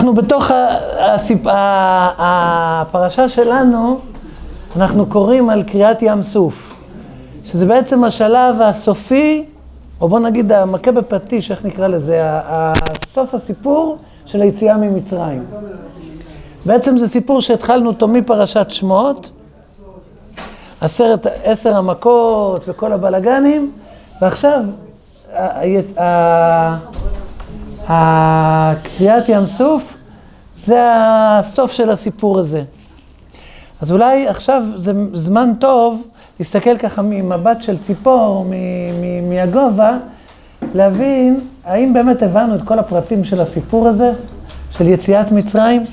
אנחנו בתוך הפרשה שלנו, אנחנו קוראים על קריאת ים סוף, שזה בעצם השלב הסופי, או בוא נגיד המכה בפטיש, איך נקרא לזה, הסוף הסיפור של היציאה ממצרים. בעצם זה סיפור שהתחלנו אותו מפרשת שמות, 10 המכות וכל הבלגנים, ועכשיו קריאת ים סוף זה הסוף של הסיפור הזה. אז אולי עכשיו זה זמן טוב להסתכל ככה ממבט של ציפור, מהגובה, להבין האם באמת הבנו את כל הפרטים של הסיפור הזה, של יציאת מצרים.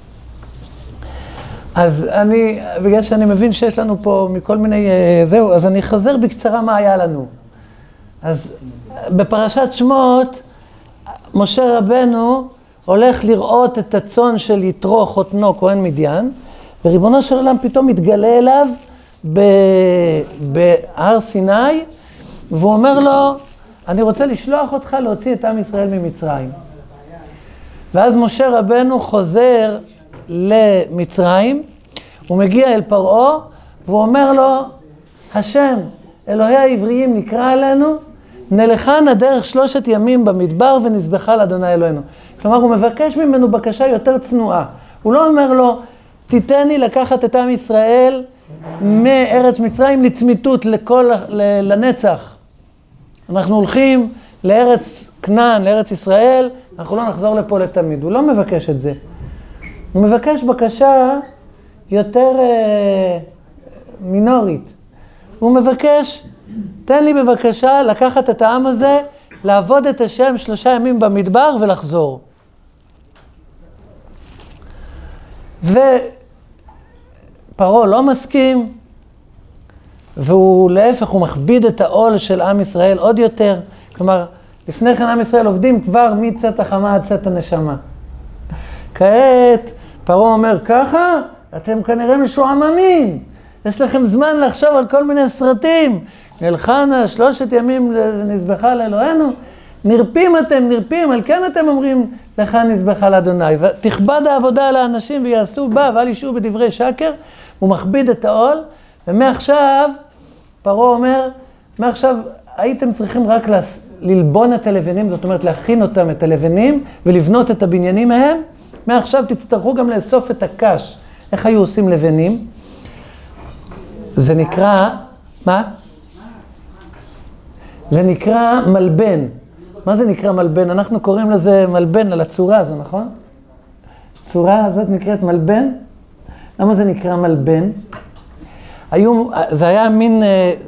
אז בגלל שאני מבין שיש לנו פה מכל מיני, אז אני חוזר בקצרה מה היה לנו. אז בפרשת שמות, משה רבנו הולך לראות את הצאן של יתרו חותנו כהן מדיין, וריבונו של עולם פתאום מתגלה אליו בהר סיני, והוא אומר לו, אני רוצה לשלוח אותך להוציא את עם ישראל ממצרים. ואז משה רבנו חוזר למצרים, הוא מגיע אל פרעה, והוא אומר לו, השם, אלוהי העבריים נקרא אלינו, נלכה נא דרך 3 ימים במדבר ונזבחה לאדוני אלוהינו. כלומר, הוא מבקש ממנו בקשה יותר צנועה. הוא לא אומר לו, תיתן לי לקחת את עם ישראל מארץ מצרים לצמיתות לנצח. אנחנו הולכים לארץ כנען, לארץ ישראל, אנחנו לא נחזור לפה לתמיד. הוא לא מבקש את זה. הוא מבקש בקשה יותר מינורית. הוא מבקש, תן לי בבקשה לקחת את העם הזה, לעבוד את השם 3 ימים במדבר ולחזור. ופרעה לא מסכים, והוא להפך, הוא מכביד את העול של עם ישראל עוד יותר. כלומר, לפני כן עם ישראל עובדים כבר מצאת החמה עד צאת הנשמה. כעת, פרעה אומר ככה, אתם כנראה משועממים. יש לכם זמן לחשוב על כל מיני סרטים. נלכה נא 3 ימים נזבחה לאלוהינו. נרפים, על כן אתם אומרים לך נזבחה לאדוני. ותכבד העבודה על האנשים ויעשו בה ואל ישעו בדברי שקר. הוא מכביד את העול. ומעכשיו, פרעה אומר, מעכשיו הייתם צריכים רק ללבון את הלבנים, זאת אומרת להכין אותם את הלבנים ולבנות את הבניינים מהם. מעכשיו תצטרכו גם לאסוף את הקש. איך היו עושים לבנים? זה נקרא, מה? זה נקרא מלבן. מה זה נקרא מלבן? אנחנו קוראים לזה מלבן על הצורה הזו, נכון? הצורה הזאת נקראת מלבן. למה זה נקרא מלבן? זה היה מין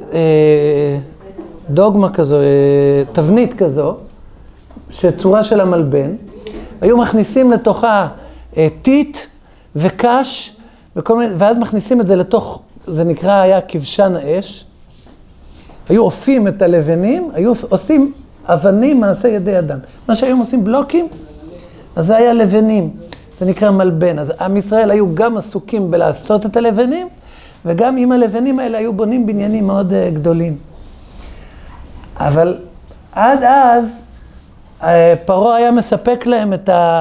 דוגמה כזו, תבנית כזו, שצורה של המלבן. היו מכניסים לתוכה טיט וקש, ואז מכניסים את זה לתוך, זה נקרא, היה כבשן האש. היו אופים את הלבנים, היו עושים אבנים מעשה ידי אדם. מה שהיום עושים בלוקים, אז זה היה לבנים, זה נקרא מלבן. אז עם ישראל היו גם עסוקים בלעשות את הלבנים, וגם עם הלבנים האלה היו בונים בניינים מאוד גדולים. אבל עד אז, פרעה היה מספק להם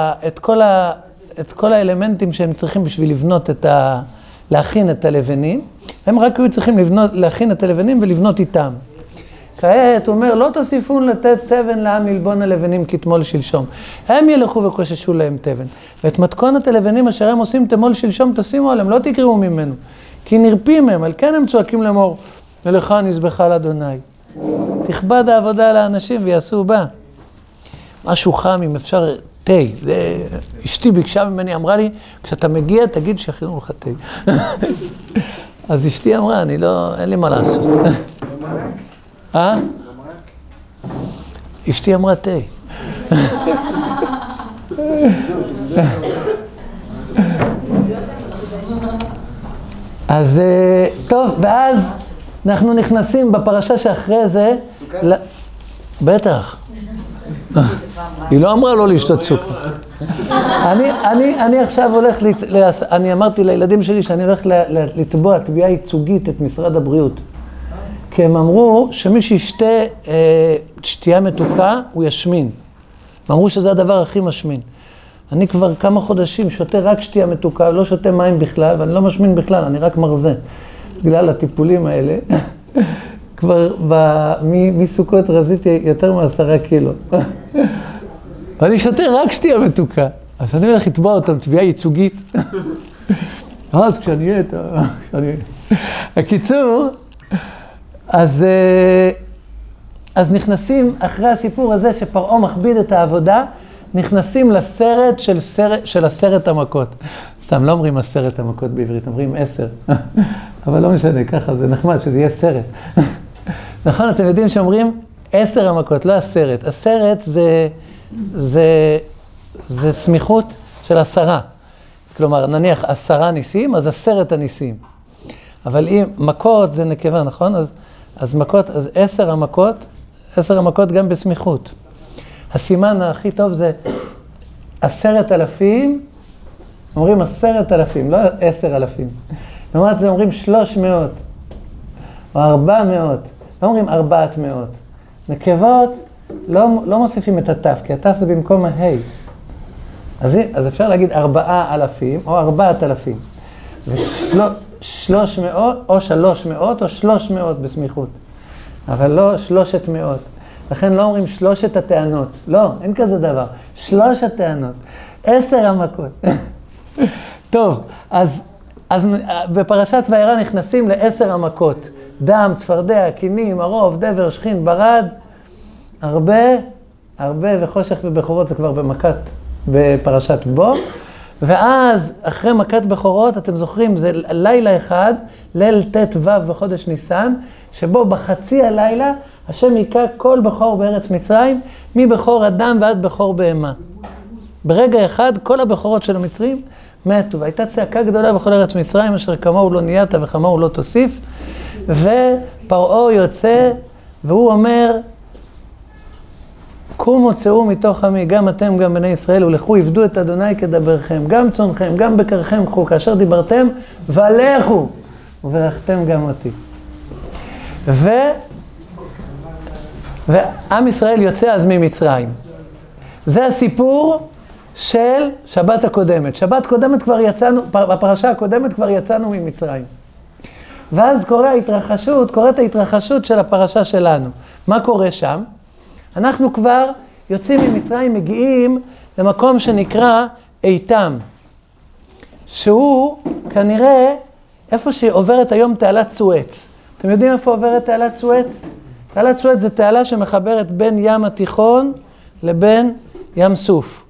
את כל האלמנטים שהם צריכים בשביל לבנות להכין את הלבנים. הם רק היו צריכים להכין את הלבנים ולבנות איתם. כעת הוא אומר, לא תוסיפון לתת תבן לעם ללבון הלבנים כתמול שלשום. הם ילכו וקוששו להם תבן. ואת מתכונת הלבנים אשר הם עושים תמול שלשום תשימו עליהם, לא תקראו ממנו. כי נרפים הם, על כן הם צועקים לאמור, נלכה נזבחה לאדוני. תכבד העבודה לאנשים ויעשו בה. משהו חם, אם אפשר, תה. אשתי ביקשה ממני, אמרה לי, כשאתה מגיע תגיד שיכינו לך תה. אז אשתי אמרה, אין לי מה לעשות. אשתי אמרה תה. אז טוב, ואז אנחנו נכנסים בפרשה שאחרי זה. בטח. היא לא אמרה לא לשתות סוכר. אני עכשיו הולך, אני אמרתי לילדים שלי שאני הולך לתבוע תביעה ייצוגית את משרד הבריאות. כי הם אמרו שמי שישתה שתייה מתוקה הוא ישמין. הם אמרו שזה הדבר הכי משמין. אני כבר כמה חודשים שותה רק שתייה מתוקה, לא שותה מים בכלל, ואני לא משמין בכלל, אני רק מרזה. בגלל הטיפולים האלה, כבר מסוכות רזיתי יותר מ10 קילו. ואני שותה רק שתייה מתוקה. אז אני הולך לתבוע אותם תביעה ייצוגית. אז כשאני אהיה הקיצור, אז נכנסים אחרי הסיפור הזה שפרעה מכביד את העבודה, נכנסים לסרט של 10 המכות. סתם, לא אומרים 10 המכות בעברית, אומרים 10. אבל לא משנה, ככה זה נחמד שזה יהיה סרט. נכון, אתם יודעים שאומרים 10 המכות, לא 10. 10 זה סמיכות של 10. כלומר, נניח 10 ניסים, אז 10 הניסים. אבל אם מכות זה נקבה, נכון? אז מכות, אז 10 המכות, 10 המכות גם בסמיכות. הסימן הכי טוב זה 10,000, אומרים 10,000, לא 10,000. למרות זה אומרים 300 או 400, לא אומרים 400. נקבות לא מוסיפים את התף, כי התף זה במקום ההי. אז אפשר להגיד 4,000 או 4,000. 300 או 300 או 300 בסמיכות. אבל לא 300. לכן לא אומרים 3 הטענות. לא, אין כזה דבר. 3 הטענות. 10 המכות. טוב, אז בפרשת וירא נכנסים ל10 המכות. דם, צפרדע, קינים, ערוב, דבר, שכין, ברד. הרבה וחושך ובכורות זה כבר בפרשת בו. ואז אחרי מכת בכורות, אתם זוכרים, זה לילה אחד, ליל ט"ו בחודש ניסן, שבו בחצי הלילה, השם יקע כל בכור בארץ מצרים, מבכור אדם ועד בכור בהמה. ברגע אחד, כל הבכורות של המצרים מתו, והייתה צעקה גדולה בכל ארץ מצרים, אשר כמוהו לא נייתה וכמוהו לא תוסיף, ופרעה יוצא, והוא אומר, קומו צאו מתוך עמי, גם אתם, גם בני ישראל, ולכו עבדו את אדוני כדברכם, גם צונכם, גם בקרכם קחו, כאשר דיברתם, ולכו, וברכתם גם אותי. ועם ישראל יוצא אז ממצרים. זה הסיפור של שבת הקודמת. שבת קודמת כבר יצאנו, בפרשה הקודמת כבר יצאנו ממצרים. ואז קוראת ההתרחשות של הפרשה שלנו. מה קורה שם? אנחנו כבר יוצאים ממצרים, מגיעים למקום שנקרא איתם, שהוא כנראה איפה שעוברת היום תעלת סואץ. אתם יודעים איפה עוברת תעלת סואץ? תעלת סואץ זה תעלה שמחברת בין ים התיכון לבין ים סוף.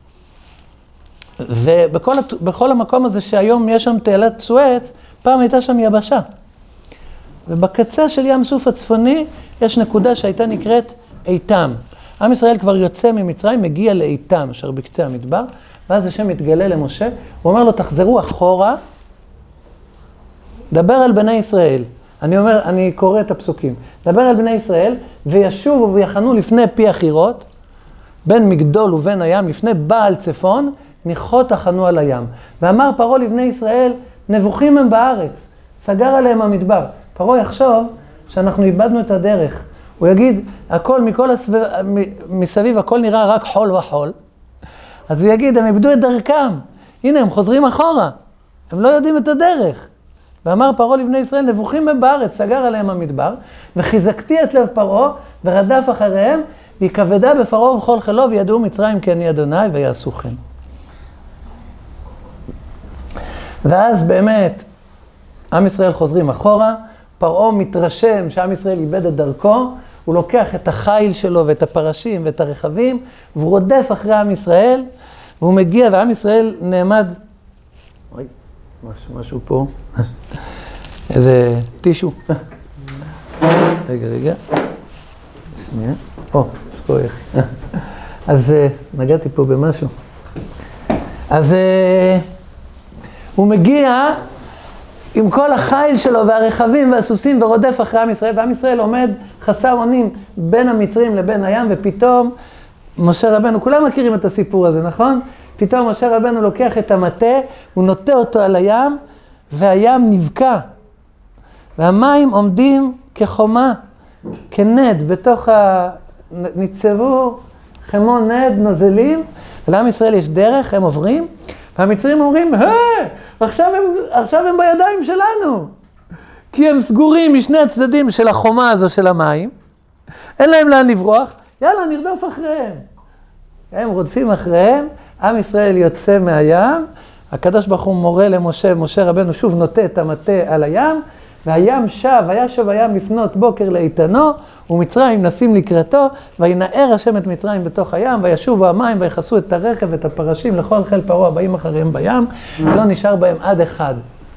ובכל המקום הזה שהיום יש שם תעלת סואץ, פעם הייתה שם יבשה. ובקצה של ים סוף הצפוני יש נקודה שהייתה נקראת איתם. עם ישראל כבר יוצא ממצרים, מגיע לאיתם, אשר בקצה המדבר, ואז השם מתגלה למשה, הוא אומר לו, תחזרו אחורה, דבר על בני ישראל. אני קורא את הפסוקים. דבר על בני ישראל, וישובו ויחנו לפני פי החירות, בין מגדול ובין הים, לפני בעל צפון, ניחות תחנו על הים. ואמר פרעה לבני ישראל, נבוכים הם בארץ, סגר עליהם המדבר. פרעה יחשוב שאנחנו איבדנו את הדרך. הוא יגיד, הכל מסביב, הכל נראה רק חול וחול. אז הוא יגיד, הם איבדו את דרכם. הנה, הם חוזרים אחורה. הם לא יודעים את הדרך. ואמר פרעה לבני ישראל, נבוכים הם בארץ, סגר עליהם המדבר, וחיזקתי את לב פרעה, ורדף אחריהם, ויקבדה בפרעה ובכל חילו, וידעו מצרים כי אני אדוני, ויעשו כן. ואז באמת, עם ישראל חוזרים אחורה, פרעה מתרשם שעם ישראל איבד את דרכו, הוא לוקח את החיל שלו ואת הפרשים ואת הרכבים, והוא רודף אחרי עם ישראל, והוא מגיע, ועם ישראל נעמד, אוי, משהו פה, איזה טישו. רגע, שנייה, יש פה איך. אז נגעתי פה במשהו. אז הוא מגיע עם כל החיל שלו והרכבים והסוסים ורודף אחרי עם ישראל, ועם ישראל עומד חסר אונים בין המצרים לבין הים, ופתאום משה רבנו, כולם מכירים את הסיפור הזה, נכון? פתאום משה רבנו לוקח את המטה, הוא נוטה אותו על הים, והים נבקע. והמים עומדים כחומה, כנד, ניצבו כמו נד נוזלים, ולעם ישראל יש דרך, הם עוברים, והמצרים אומרים, עכשיו הם בידיים שלנו. כי הם סגורים משני הצדדים של החומה הזו של המים, אין להם לאן לברוח, יאללה, נרדוף אחריהם. הם רודפים אחריהם, עם ישראל יוצא מהים, הקדוש ברוך הוא מורה למשה, משה רבנו שוב נוטה את המטה על הים, והים שב, וישב הים לפנות בוקר לאיתנו, ומצרים נסים לקראתו, וינער השם את מצרים בתוך הים, וישובו המים, ויחסו את הרכב ואת הפרשים לכל חיל פרעה הבאים אחריהם בים, ולא נשאר בהם עד אחד.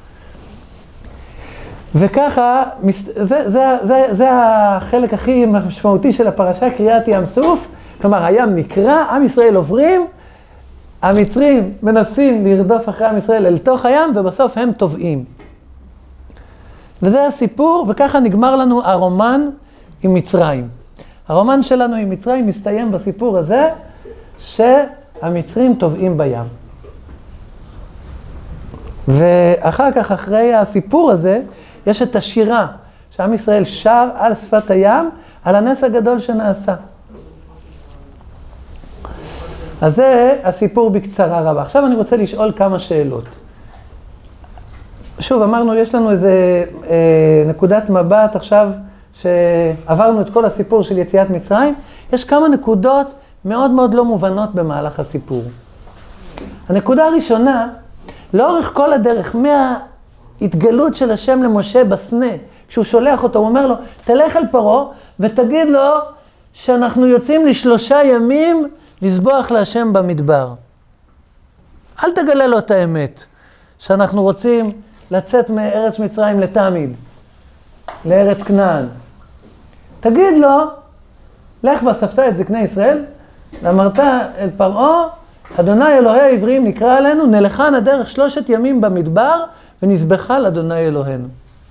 וככה, זה החלק הכי משמעותי של הפרשה, קריאת ים סוף, כלומר, הים נקרא, עם ישראל עוברים, המצרים מנסים לרדוף אחרי עם ישראל אל תוך הים, ובסוף הם טובעים. וזה הסיפור, וככה נגמר לנו הרומן עם מצרים. הרומן שלנו עם מצרים מסתיים בסיפור הזה, שהמצרים טובעים בים. ואחר כך, אחרי הסיפור הזה, יש את השירה, שעם ישראל שר על שפת הים, על הנס הגדול שנעשה. אז זה הסיפור בקצרה רבה. עכשיו אני רוצה לשאול כמה שאלות. שוב, אמרנו, יש לנו איזה נקודת מבט עכשיו, שעברנו את כל הסיפור של יציאת מצרים, יש כמה נקודות מאוד מאוד לא מובנות במהלך הסיפור. הנקודה הראשונה, לאורך כל הדרך, מההתגלות של השם למשה בסנה, כשהוא שולח אותו, הוא אומר לו, תלך אל פרעה ותגיד לו שאנחנו יוצאים ל3 ימים לסבוח להשם במדבר. אל תגלה לו את האמת, שאנחנו רוצים לצאת מארץ מצרים לתמיד, לארץ כנען. תגיד לו, לך ואספת את זקני ישראל, ואמרת אל פרעה, אדוני אלוהי העברים נקרא עלינו, נלכה נדרך 3 ימים במדבר, ונזבחה לאדוני אלוהינו.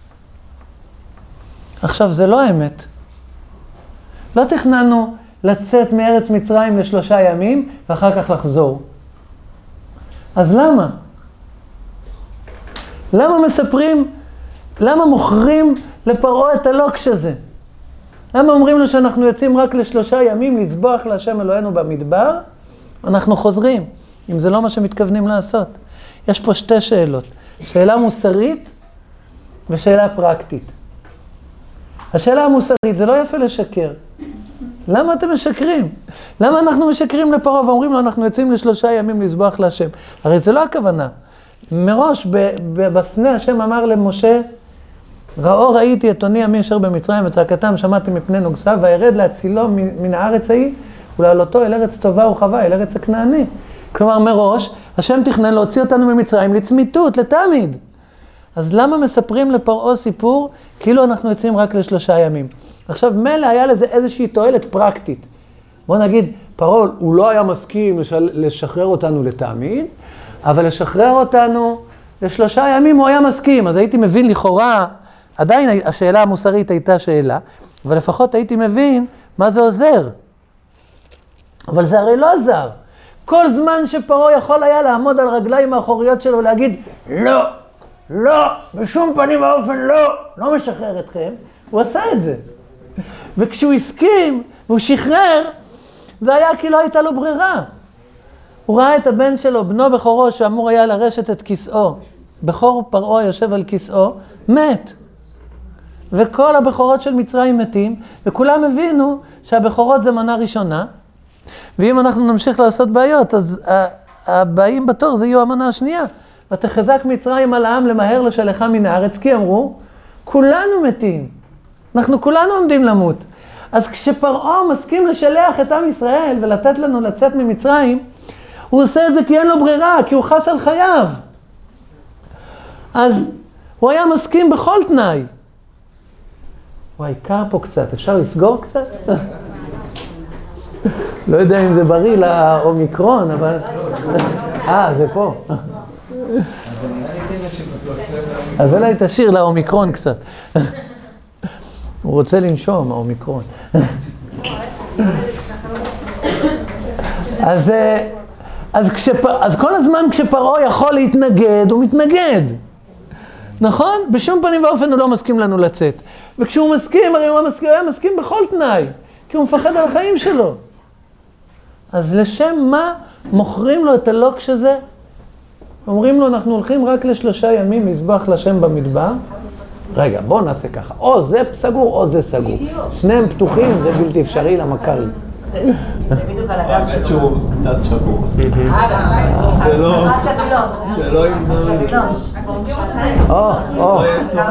עכשיו, זה לא האמת. לא תכננו לצאת מארץ מצרים ל3 ימים, ואחר כך לחזור. אז למה? למה מספרים, למה מוכרים לפרעה את הלוקש הזה? למה אומרים לו שאנחנו יוצאים רק ל3 ימים לסבוח להשם אלוהינו במדבר? אנחנו חוזרים, אם זה לא מה שמתכוונים לעשות. יש פה 2 שאלות, שאלה מוסרית ושאלה פרקטית. השאלה המוסרית, זה לא יפה לשקר. למה אתם משקרים? למה אנחנו משקרים לפרעה ואומרים לו, אנחנו יוצאים ל3 ימים לסבוח להשם? הרי זה לא הכוונה. מראש, בסנה השם אמר למשה, ראו ראיתי את עוני עמי אשר במצרים וצעקתם שמעתי מפני נוגסיו, וירד להצילו מן הארץ ההיא, ולעלותו אל ארץ טובה וחווה, אל ארץ הכנעני. כלומר, מראש, השם תכנן להוציא אותנו ממצרים לצמיתות, לתמיד. אז למה מספרים לפרעה סיפור, כאילו אנחנו יוצאים רק ל3 ימים? עכשיו, מילא היה לזה איזושהי תועלת פרקטית. בוא נגיד, פרעה, הוא לא היה מסכים לשחרר אותנו לתמיד, אבל לשחרר אותנו ל3 ימים הוא היה מסכים. אז הייתי מבין לכאורה, עדיין השאלה המוסרית הייתה שאלה, אבל לפחות הייתי מבין מה זה עוזר. אבל זה הרי לא עזר. כל זמן שפרעה יכול היה לעמוד על רגליים האחוריות שלו ולהגיד, לא, לא, בשום פנים ואופן לא משחרר אתכם, הוא עשה את זה. וכשהוא הסכים והוא שחרר, זה היה כי לא הייתה לו ברירה. הוא ראה את הבן שלו, בנו בכורו, שאמור היה לרשת את כיסאו. בכור פרעה יושב על כיסאו, מת. וכל הבכורות של מצרים מתים, וכולם הבינו שהבכורות זה מנה ראשונה, ואם אנחנו נמשיך לעשות בעיות, אז הבאים בתור זה יהיו המנה השנייה. ותחזק מצרים על העם למהר לשלחה מן הארץ, כי אמרו, כולנו מתים. אנחנו כולנו עומדים למות. אז כשפרעה מסכים לשלח את עם ישראל ולתת לנו לצאת ממצרים, הוא עושה את זה כי אין לו ברירה, כי הוא חס על חייו. אז הוא היה מסכים בכל תנאי. וואי, קר פה קצת, אפשר לסגור קצת? לא יודע אם זה בריא לאומיקרון, אבל... זה פה. אז אולי תשאיר לאומיקרון קצת. הוא רוצה לנשום, האומיקרון. אז כל הזמן כשפרעה יכול להתנגד, הוא מתנגד. נכון? בשום פנים ואופן הוא לא מסכים לנו לצאת. וכשהוא מסכים, הרי הוא היה מסכים בכל תנאי, כי הוא מפחד על החיים שלו. אז לשם מה מוכרים לו את הלוקש הזה? אומרים לו, אנחנו הולכים רק ל3 ימים לזבוח לשם במדבר. רגע, בואו נעשה ככה. או זה סגור או זה סגור. שניהם פתוחים, זה בלתי אפשרי למכרי. זה בדיוק על הגב שלו. שהוא קצת שבור. זה לא... זה לא ימנע. או.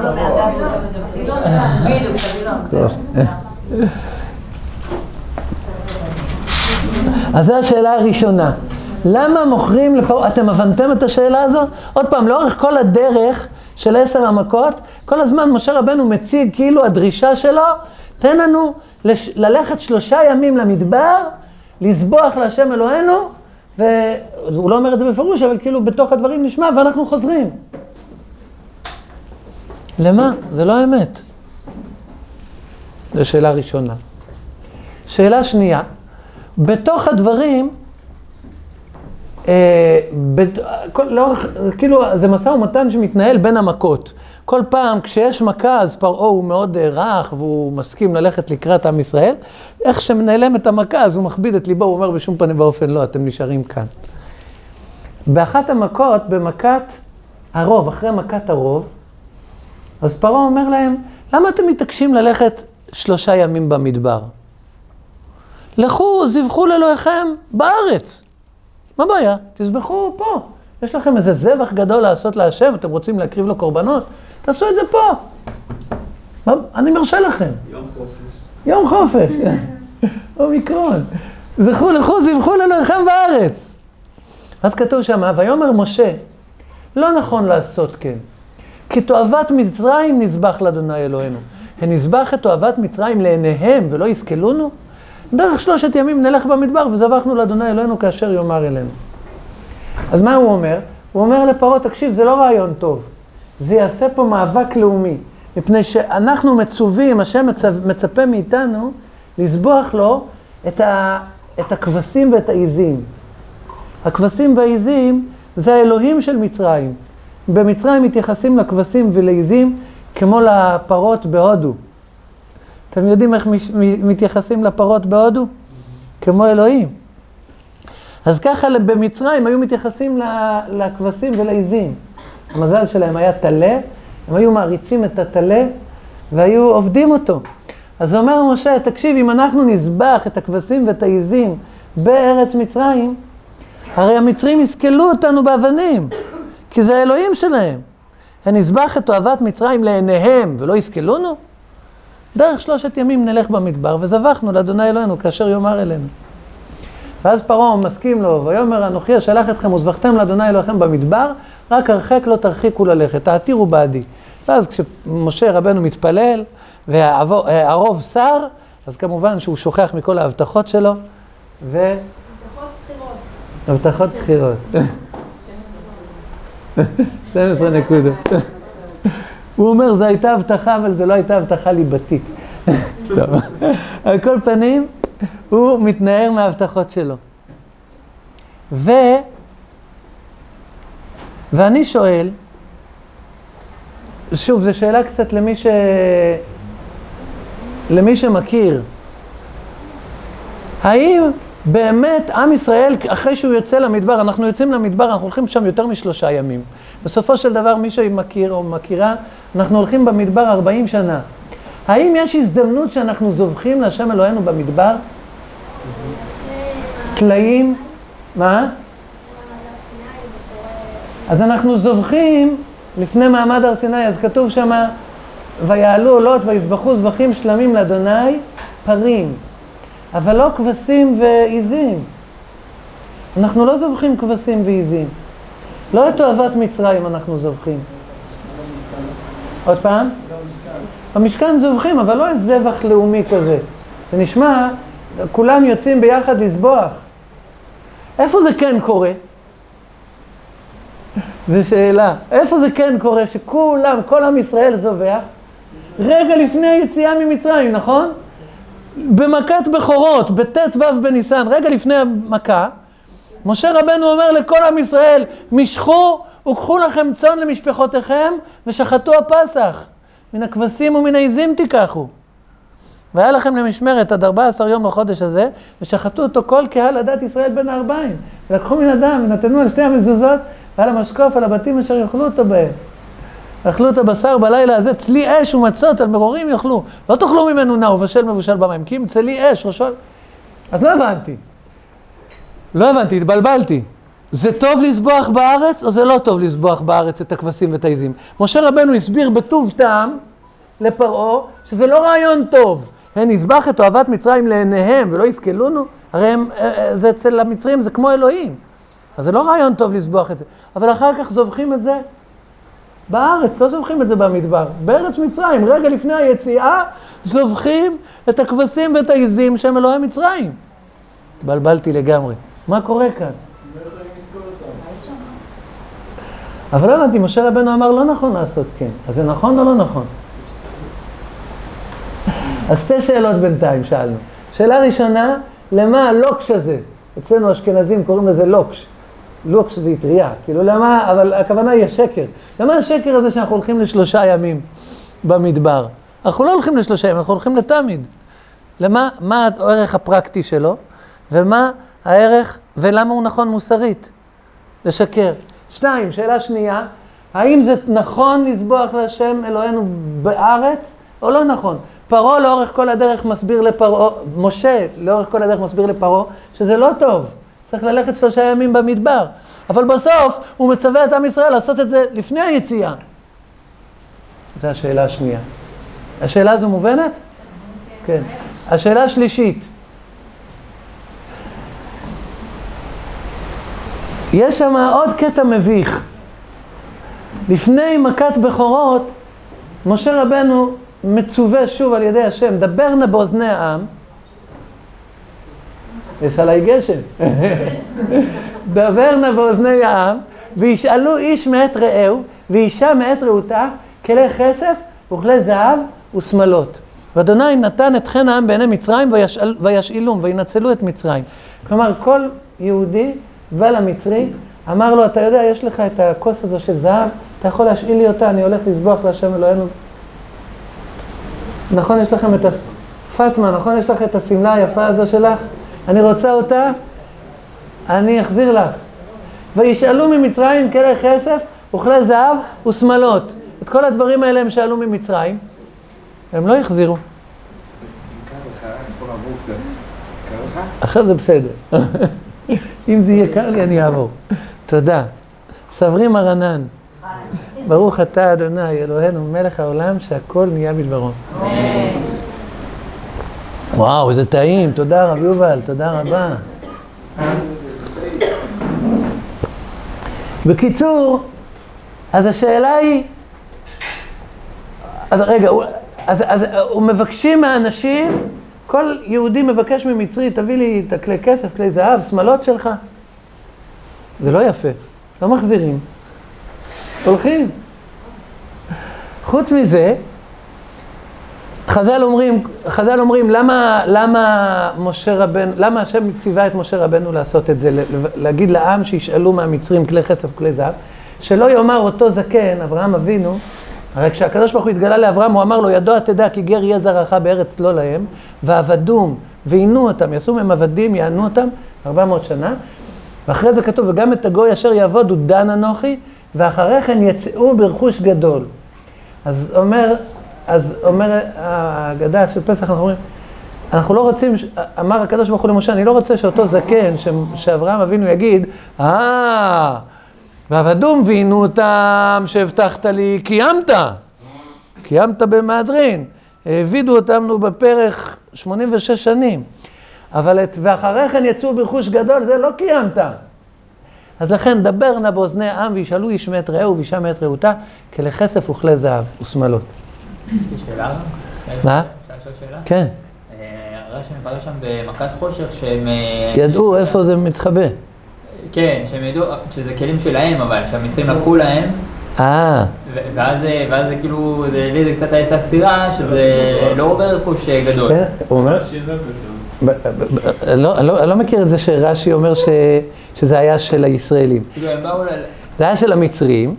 אז זו השאלה הראשונה. למה מוכרים לפרעה? אתם הבנתם את השאלה הזאת? עוד פעם, לאורך כל הדרך של 10 המכות, כל הזמן משה רבנו מציג כאילו הדרישה שלו, תן לנו ללכת 3 ימים למדבר, לסבוח להשם אלוהינו, והוא לא אומר את זה בפירוש, אבל כאילו בתוך הדברים נשמע, ואנחנו חוזרים. למה? זה לא האמת. זו שאלה ראשונה. שאלה שנייה, בתוך הדברים, כאילו זה משא ומתן שמתנהל בין המכות. כל פעם כשיש מכה אז פרעה הוא מאוד רך והוא מסכים ללכת לקראת עם ישראל. איך שמנהלם את המכה אז הוא מכביד את ליבו, הוא אומר בשום פנים ואופן לא, אתם נשארים כאן. באחת המכות, במכת הרוב, אחרי מכת הרוב, אז פרעה אומר להם, למה אתם מתעקשים ללכת 3 ימים במדבר? לכו, זבחו לאלוהיכם בארץ. מה בעיה? תזבחו פה. יש לכם איזה זבח גדול לעשות להשם, אתם רוצים להקריב לו קורבנות? תעשו את זה פה. אני מרשה לכם. יום חופש. אומיקרון. לכו, זבחו לאלוהיכם בארץ. אז כתוב שם, ויאמר משה, לא נכון לעשות כן. כי תועבת מצרים נזבח לאדוני אלוהינו. הנזבח את תועבת מצרים לעיניהם ולא יסכלונו? דרך 3 ימים נלך במדבר וזבחנו לאדוני אלוהינו כאשר יאמר אלינו. אז מה הוא אומר? הוא אומר לפרעה, תקשיב, זה לא רעיון טוב. זה יעשה פה מאבק לאומי. מפני שאנחנו מצווים, השם מצפה מאיתנו, לסבוח לו את הכבשים ואת העיזים. הכבשים והעיזים זה האלוהים של מצרים. במצרים מתייחסים לכבשים ולעיזים כמו לפרות בהודו. אתם יודעים איך מתייחסים לפרות בהודו? כמו אלוהים. אז ככה במצרים היו מתייחסים לכבשים ולעיזים. המזל שלהם היה תלה, הם היו מעריצים את התלה והיו עובדים אותו. אז אומר משה, תקשיב, אם אנחנו נזבח את הכבשים ואת העיזים בארץ מצרים, הרי המצרים יסכלו אותנו באבנים, כי זה האלוהים שלהם. הנזבח את תועבת מצרים לעיניהם ולא יסכלונו? דרך 3 ימים נלך במדבר וזבחנו לאדוני אלוהינו כאשר יאמר אלינו. ואז פרעה מסכים לו, ויאמר אנוכי אשלח אתכם וזבחתם לאדוני אלוהיכם במדבר, רק הרחק לא תרחיקו ללכת, תעתירו בעדי. ואז כשמשה רבנו מתפלל והרוב שר, אז כמובן שהוא שוכח מכל ההבטחות שלו. הבטחות בחירות. 12 נקודות. הוא אומר, זו הייתה הבטחה, אבל זו לא הייתה הבטחה ליבתית. טוב. על כל פנים, הוא מתנער מההבטחות שלו. ואני שואל, שוב, זו שאלה קצת למי שמכיר. האם באמת עם ישראל, אחרי שהוא יוצא למדבר, אנחנו יוצאים למדבר, אנחנו הולכים שם יותר מ3 ימים. בסופו של דבר, מי שמכיר או מכירה, אנחנו הולכים במדבר 40 שנה. האם יש הזדמנות שאנחנו זובחים להשם אלוהינו במדבר? תלאים? מה? אז אנחנו זובחים לפני מעמד הר סיני, אז כתוב שמה, ויעלו עולות ויזבחו זבחים שלמים לאדוני פרים, אבל לא כבשים ועיזים. אנחנו לא זובחים כבשים ועיזים. לא את תועבת מצרים אנחנו זובחים. עוד פעם? במשכן זובחים, אבל לא את זבח לאומי כזה. זה נשמע, כולם יוצאים ביחד לסבוח. איפה זה כן קורה? זו שאלה. איפה זה כן קורה שכולם, כל עם ישראל זובח? רגע לפני היציאה ממצרים, נכון? במכת בכורות, בט"ו בניסן, רגע לפני המכה, משה רבנו אומר לכל עם ישראל, משכו וקחו לכם צאן למשפחותיכם ושחטו הפסח. מן הכבשים ומן העיזים תיקחו. והיה לכם למשמרת עד 14 יום לחודש הזה, ושחטו אותו כל קהל עדת ישראל בין הארבעים. ולקחו מן הדם, ונתנו על שתי המזוזות, ועל המשקוף, על הבתים אשר יאכלו אותו בהם. אכלו את הבשר בלילה הזה, צלי אש ומצות, על מרורים יאכלו. לא תאכלו ממנו נע, ובשל מבושל במים, כי אם צלי אש, ראשו... אז לא הבנתי, התבלבלתי. זה טוב לסבוח בארץ, או זה לא טוב לסבוח בארץ את הכבשים ואת העיזים? משה רבנו הסביר בטוב טעם לפרעה, שזה לא רעיון טוב. הן נזבח את אוהבת מצרים לעיניהם, ולא יסכלונו. הרי זה אצל המצרים, זה כמו אלוהים. אז זה לא רעיון טוב לסבוח את זה. אבל אחר כך זובחים את זה בארץ, לא זובחים את זה במדבר. בארץ מצרים, רגע לפני היציאה, זובחים את הכבשים ואת העיזים שהם אלוהי מצרים. בלבלתי לגמרי. מה קורה כאן? אבל לא הבנתי, משה רבנו אמר לא נכון לעשות כן. אז זה נכון או לא נכון? אז שתי שאלות בינתיים שאלנו. שאלה ראשונה, למה הלוקש הזה? אצלנו אשכנזים קוראים לזה לוקש. לוקש זה יטריה. כאילו למה, אבל הכוונה היא השקר. למה השקר הזה שאנחנו הולכים ל3 ימים במדבר? אנחנו לא הולכים ל3 ימים, אנחנו הולכים לתמיד. למה, מה הערך הפרקטי שלו? ומה הערך, ולמה הוא נכון מוסרית? לשקר. 2, שאלה שנייה, האם זה נכון לסבוח להשם אלוהינו בארץ, או לא נכון? פרעה לאורך כל הדרך מסביר לפרעה, משה לאורך כל הדרך מסביר לפרעה, שזה לא טוב, צריך ללכת 3 ימים במדבר. אבל בסוף הוא מצווה את עם ישראל לעשות את זה לפני היציאה. זו השאלה השנייה. השאלה הזו מובנת? כן. השאלה השלישית. יש שם עוד קטע מביך. לפני מכת בכורות, משה רבנו מצווה שוב על ידי השם, דבר נא באוזני העם. יש עליי גשם. דבר נא באוזני העם, וישאלו איש מאת רעהו, ואישה מאת רעותה, כלי כסף וכלי זהב ושמלות. ואדוני נתן את חן העם בעיני מצרים, וישאלום, וינצלו את מצרים. כלומר, כל יהודי בא למצרי, אמר לו, אתה יודע, יש לך את הכוס הזו של זהב, אתה יכול להשאיל לי אותה, אני הולך לסבוח להשם אלוהינו. נכון, יש לכם את פאטמה, נכון, יש לך את הסמלה היפה הזו שלך? אני רוצה אותה, אני אחזיר לך. וישאלו ממצרים כלי כסף וכלי זהב ושמלות. את כל הדברים האלה הם שאלו ממצרים, הם לא יחזירו. קר לך, אני יכול לעבור קצת. קר לך? עכשיו זה בסדר. אם זה יהיה קר לי, אני אעבור. תודה. סברי מרנן. ברוך אתה, אדוני, אלוהינו, מלך העולם, שהכל נהיה בדברו. וואו, איזה טעים. תודה, רב יובל. תודה רבה. בקיצור, אז השאלה היא... אז רגע, הוא מבקשים מהאנשים... כל יהודי מבקש ממצרי, תביא לי את הכלי כסף, כלי זהב, שמלות שלך. זה לא יפה, לא מחזירים. הולכים. חוץ מזה, חז"ל אומרים, למה השם ציווה את משה רבנו לעשות את זה, להגיד לעם שישאלו מהמצרים כלי כסף, כלי זהב, שלא יאמר אותו זקן, אברהם אבינו, הרי כשהקדוש ברוך הוא התגלה לאברהם, הוא אמר לו, ידוע תדע כי גר יהיה זרעך בארץ לא להם, ועבדום, ועינו אותם, יעשו מהם עבדים, יענו אותם 400 שנה, ואחרי זה כתוב, וגם את הגוי אשר יעבוד הוא דן אנוכי, ואחרי כן יצאו ברכוש גדול. אז אומר ההגדה של פסח, אנחנו לא רוצים, אמר הקדוש ברוך הוא למשה, אני לא רוצה שאותו זקן, שאברהם אבינו יגיד, ועבדום ועינו אותם שהבטחת לי, קיימת במהדרין, העבידו אותנו בפרח 86 שנים, ואחרי כן יצאו ברכוש גדול, זה לא קיימת. אז לכן דבר נא באוזני העם וישאלו איש מאת רעהו ואישה מאת רעותה, כלי כסף וכלי זהב ושמלות. יש לי שאלה? מה? אפשר לשאול שאלה? כן. הרי שמפרש שם במכת חושך שהם... ידעו איפה זה מתחבא. כן, שהם ידעו שזה כלים שלהם, אבל שהמצרים לקחו להם. ואז זה כאילו, לי זה קצת הייתה סתירה, שזה לא ברכוש גדול. כן, הוא אומר... אני לא מכיר את זה שרש"י אומר שזה היה של הישראלים. זה היה של המצרים,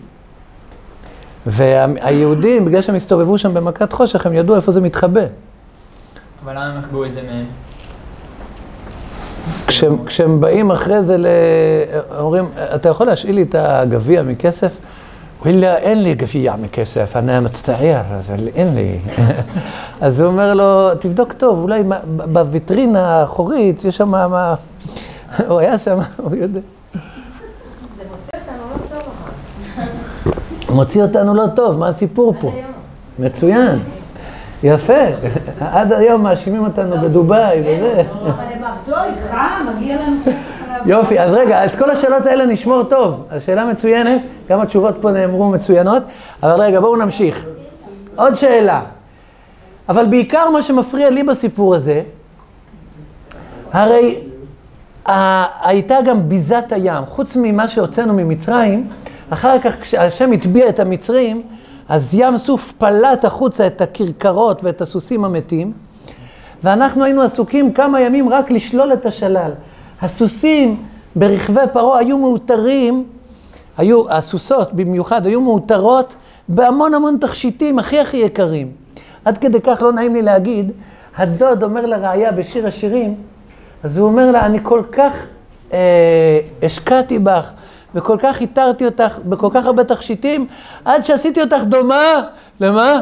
והיהודים, בגלל שהם הסתובבו שם במכת חושך, הם ידעו איפה זה מתחבא. אבל למה הם החבאו את זה מהם? כשהם באים אחרי זה, אומרים, אתה יכול להשאיל לי את הגביע מכסף? וואלה, אין לי גביע מכסף, אני מצטער, אבל אין לי. אז הוא אומר לו, תבדוק טוב, אולי בוויטרינה האחורית, יש שם מה... הוא היה שם, הוא יודע. זה מוציא אותנו לא טוב אחר. מוציא אותנו לא טוב, מה הסיפור פה? מצוין. יפה. עד היום מאשימים אותנו בדובאי וזה. אבל הם עבדו איתך, מגיע לנו... יופי, אז רגע, את כל השאלות האלה נשמור טוב. השאלה מצוינת, גם התשובות פה נאמרו מצוינות, אבל רגע, בואו נמשיך. עוד שאלה. אבל בעיקר מה שמפריע לי בסיפור הזה, הרי הייתה גם ביזת הים. חוץ ממה שהוצאנו ממצרים, אחר כך כשהשם הטביע את המצרים, אז ים סוף פלט החוצה את הכרכרות ואת הסוסים המתים, ואנחנו היינו עסוקים כמה ימים רק לשלול את השלל. הסוסים ברכבי פרעה היו מאותרים, הסוסות במיוחד היו מאותרות בהמון המון תכשיטים הכי יקרים. עד כדי כך לא נעים לי להגיד, הדוד אומר לרעיה בשיר השירים, אז הוא אומר לה, אני כל כך השקעתי בך, וכל כך היתרתי אותך בכל כך הרבה תכשיטים, עד שעשיתי אותך דומה, למה?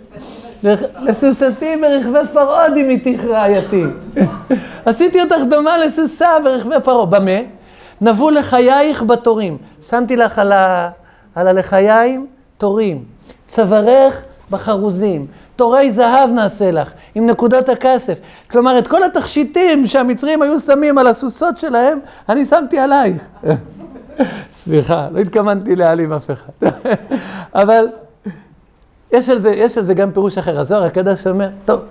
לסוסתי ברכבי פרעה דמיתיך רעייתי. עשיתי אותך דומה לסוסה ברכבי פרעה. במה? נבוא לחייך בתורים. שמתי לך על הלחיים תורים. צווארך בחרוזים. תורי זהב נעשה לך, עם נקודות הכסף. כלומר, את כל התכשיטים שהמצרים היו שמים על הסוסות שלהם, אני שמתי עלייך. סליחה, לא התכוונתי להעלים אף אחד. אבל יש על זה גם פירוש אחר. הזוהר הקדוש אומר, טוב,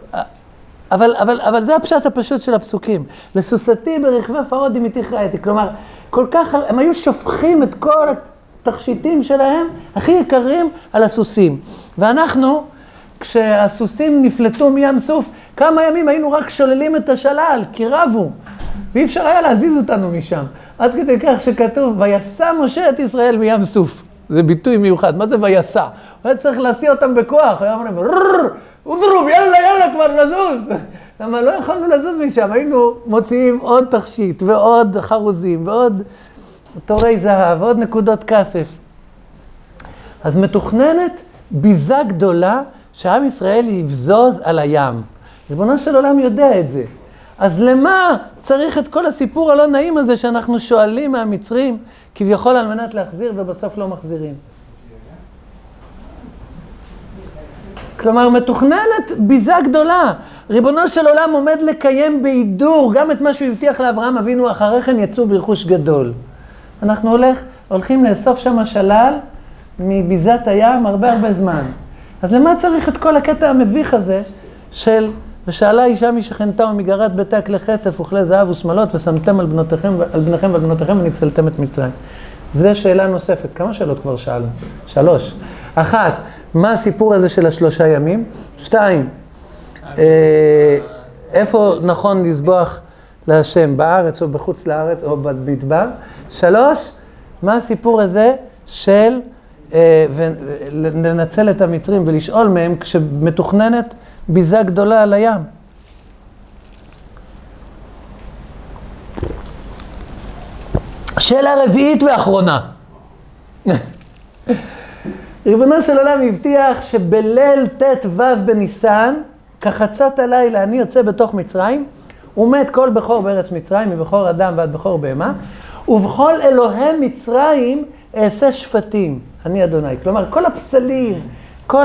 אבל זה הפשט הפשוט של הפסוקים. לסוסתי ברכבי פרעה דמיתיך רעייתי. כלומר, כל כך, הם היו שופכים את כל התכשיטים שלהם, הכי יקרים, על הסוסים. ואנחנו, כשהסוסים נפלטו מים סוף, כמה ימים היינו רק שוללים את השלל, כי רבו. ואי אפשר היה להזיז אותנו משם. עד כדי כך שכתוב, ויסע משה את ישראל מים סוף. זה ביטוי מיוחד. מה זה ויסע? הוא היה צריך להסיע אותם בכוח. הוא היה אומר, אודרוב, יאללה, כבר לזוז. למה לא יכולנו לזוז משם? היינו מוציאים עוד תכשיט, ועוד חרוזים, ועוד תורי זהב, ועוד נקודות כסף. אז מתוכננת ביזה גדולה, שעם ישראל יבזוז על הים. ריבונו של עולם יודע את זה. אז למה צריך את כל הסיפור הלא נעים הזה שאנחנו שואלים מהמצרים, כביכול על מנת להחזיר ובסוף לא מחזירים? כלומר, מתוכננת ביזה גדולה. ריבונו של עולם עומד לקיים בהידור גם את מה שהוא הבטיח לאברהם אבינו, אחרי כן יצאו ברכוש גדול. אנחנו הולכים לאסוף שם השלל מביזת הים הרבה זמן. אז למה צריך את כל הקטע המביך הזה של... ושאלה אישה משכנתה ומגרת ביתה כלי כסף וכלי זהב ושמלות ושמתם על בניכם ועל בנותיכם וניצלתם את מצרים. זו שאלה נוספת. כמה שאלות כבר שאלנו? 3. 1. מה הסיפור הזה של 3 ימים? 2. איפה נכון לזבוח להשם? בארץ או בחוץ לארץ או במדבר? 3. מה הסיפור הזה של לנצל את המצרים ולשאול מהם כשמתוכננת ביזה גדולה על הים? שאלה רביעית ואחרונה. ריבונו של עולם הבטיח שבליל ט"ו בניסן, כחצות הלילה אני יוצא בתוך מצרים, ומת כל בכור בארץ מצרים, מבכור אדם ועד בכור בהמה, ובכל אלוהי מצרים אעשה שפטים, אני אדוני. כלומר, כל הפסלים, כל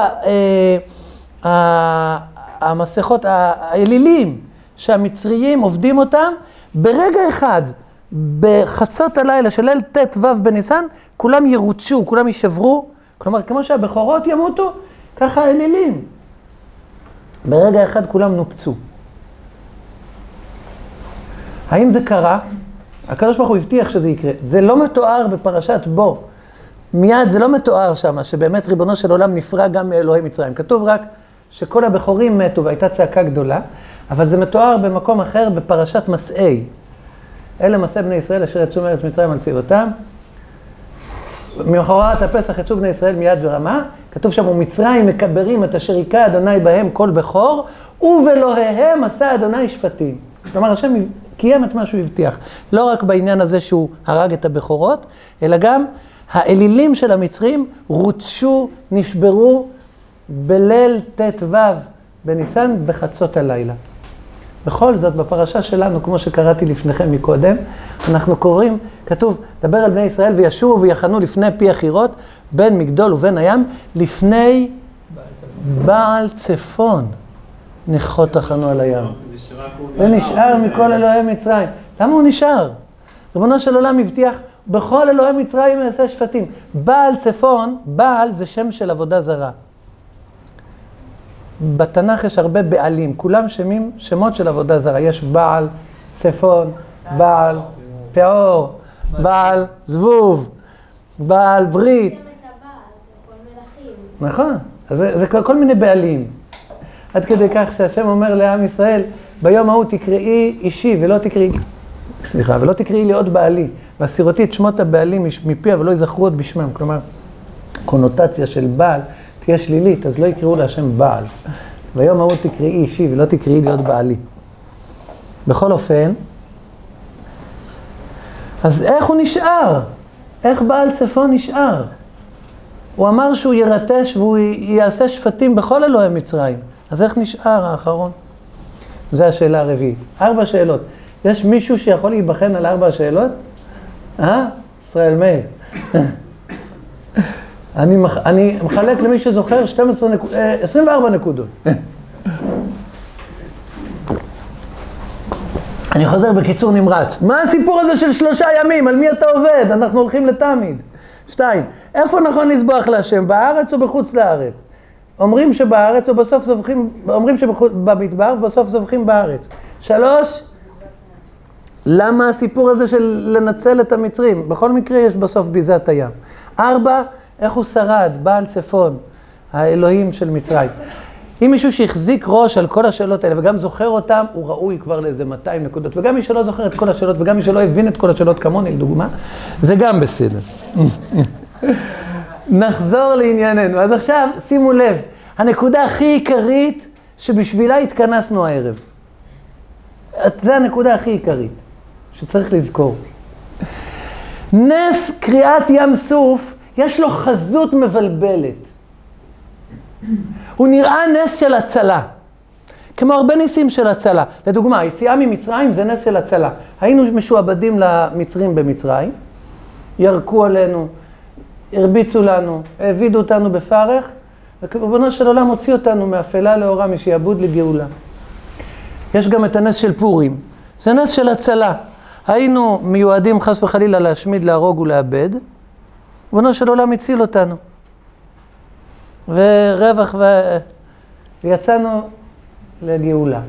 המסכות, האלילים שהמצריים עובדים אותם, ברגע אחד, בחצות הלילה של ליל ט"ו בניסן, כולם ירוצ'ו, כולם יישברו. כלומר, כמו שהבכורות ימותו, ככה האלילים. ברגע אחד כולם נופצו. האם זה קרה? הקדוש ברוך הוא הבטיח שזה יקרה. זה לא מתואר בפרשת בו. מיד זה לא מתואר שם, שבאמת ריבונו של עולם נפרע גם מאלוהי מצרים. כתוב רק שכל הבכורים מתו והייתה צעקה גדולה, אבל זה מתואר במקום אחר בפרשת מסעי. אלה מסעי בני ישראל אשר יצאו מארץ מצרים על צבאותם. ממחרת הפסח יצאו בני ישראל מיד ורמה. כתוב שם, ומצרים מקברים את אשר היכה אדוני בהם כל בכור, ובאלוהיהם עשה אדוני שפטים. כלומר, השם קיים את מה שהוא הבטיח. לא רק בעניין הזה שהוא הרג את הבכורות, אלא גם האלילים של המצרים רוצשו, נשברו בליל ט"ו בניסן בחצות הלילה. בכל זאת, בפרשה שלנו, כמו שקראתי לפניכם מקודם, אנחנו קוראים, כתוב, דבר על בני ישראל וישובו ויחנו לפני פי החירות, בין מגדול ובין הים, לפני בעל צפון נכות תחנו על הים. ונשאר מכל אלוהי מצרים. למה הוא נשאר? ריבונו של עולם הבטיח, בכל אלוהי מצרים יעשה שפטים. בעל צפון, בעל זה שם של עבודה זרה. בתנ"ך יש הרבה בעלים, כולם שמות של עבודה זרה. יש בעל צפון, בעל פעור, בעל זבוב, בעל ברית. נכון, אז זה כל מיני בעלים. עד כדי כך שהשם אומר לעם ישראל, ביום ההוא תקראי אישי ולא תקראי לי עוד בעלי. והסירותי את שמות הבעלים מפיה ולא יזכרו עוד בשמם. כלומר, קונוטציה של בעל תהיה שלילית, אז לא יקראו להשם בעל. ביום ההוא תקראי אישי ולא תקראי לי עוד בעלי. בכל אופן, אז איך הוא נשאר? איך בעל צפון נשאר? הוא אמר שהוא ירטש והוא יעשה שפטים בכל אלוהי מצרים. אז איך נשאר האחרון? זו השאלה הרביעית. 4 שאלות. יש מישהו שיכול להיבחן על 4 השאלות? ישראל מאיר. אני מחלק למי שזוכר 24 נקודות. אני חוזר בקיצור נמרץ. מה הסיפור הזה של 3 ימים? על מי אתה עובד? אנחנו הולכים לתמיד. 2. איפה נכון לסבוח להשם? בארץ או בחוץ לארץ? אומרים שבארץ ובסוף זובחים, אומרים שבמדבר ובסוף זובחים בארץ. 3. למה הסיפור הזה של לנצל את המצרים? בכל מקרה יש בסוף ביזת הים. 4. איך הוא שרד? בעל צפון, האלוהים של מצרים. אם מישהו שהחזיק ראש על כל השאלות האלה וגם זוכר אותם, הוא ראוי כבר לאיזה 200 נקודות. וגם מי שלא זוכר את כל השאלות וגם מי שלא הבין את כל השאלות כמוני, לדוגמה, זה גם בסדר. נחזור לענייננו. אז עכשיו, שימו לב, הנקודה הכי עיקרית שבשבילה התכנסנו הערב. זה הנקודה הכי עיקרית שצריך לזכור. נס קריאת ים סוף, יש לו חזות מבלבלת. הוא נראה נס של הצלה. כמו הרבה ניסים של הצלה. לדוגמה, היציאה ממצרים זה נס של הצלה. היינו משועבדים למצרים במצרים, ירקו עלינו, הרביצו לנו, העבידו אותנו בפרך, וכבונו של עולם הוציא אותנו מאפלה לאורה, משעבוד לגאולה. יש גם את הנס של פורים. זה נס של הצלה. היינו מיועדים חס וחלילה להשמיד, להרוג ולאבד. כבונו של עולם הציל אותנו. ורווח ויצאנו לגאולה.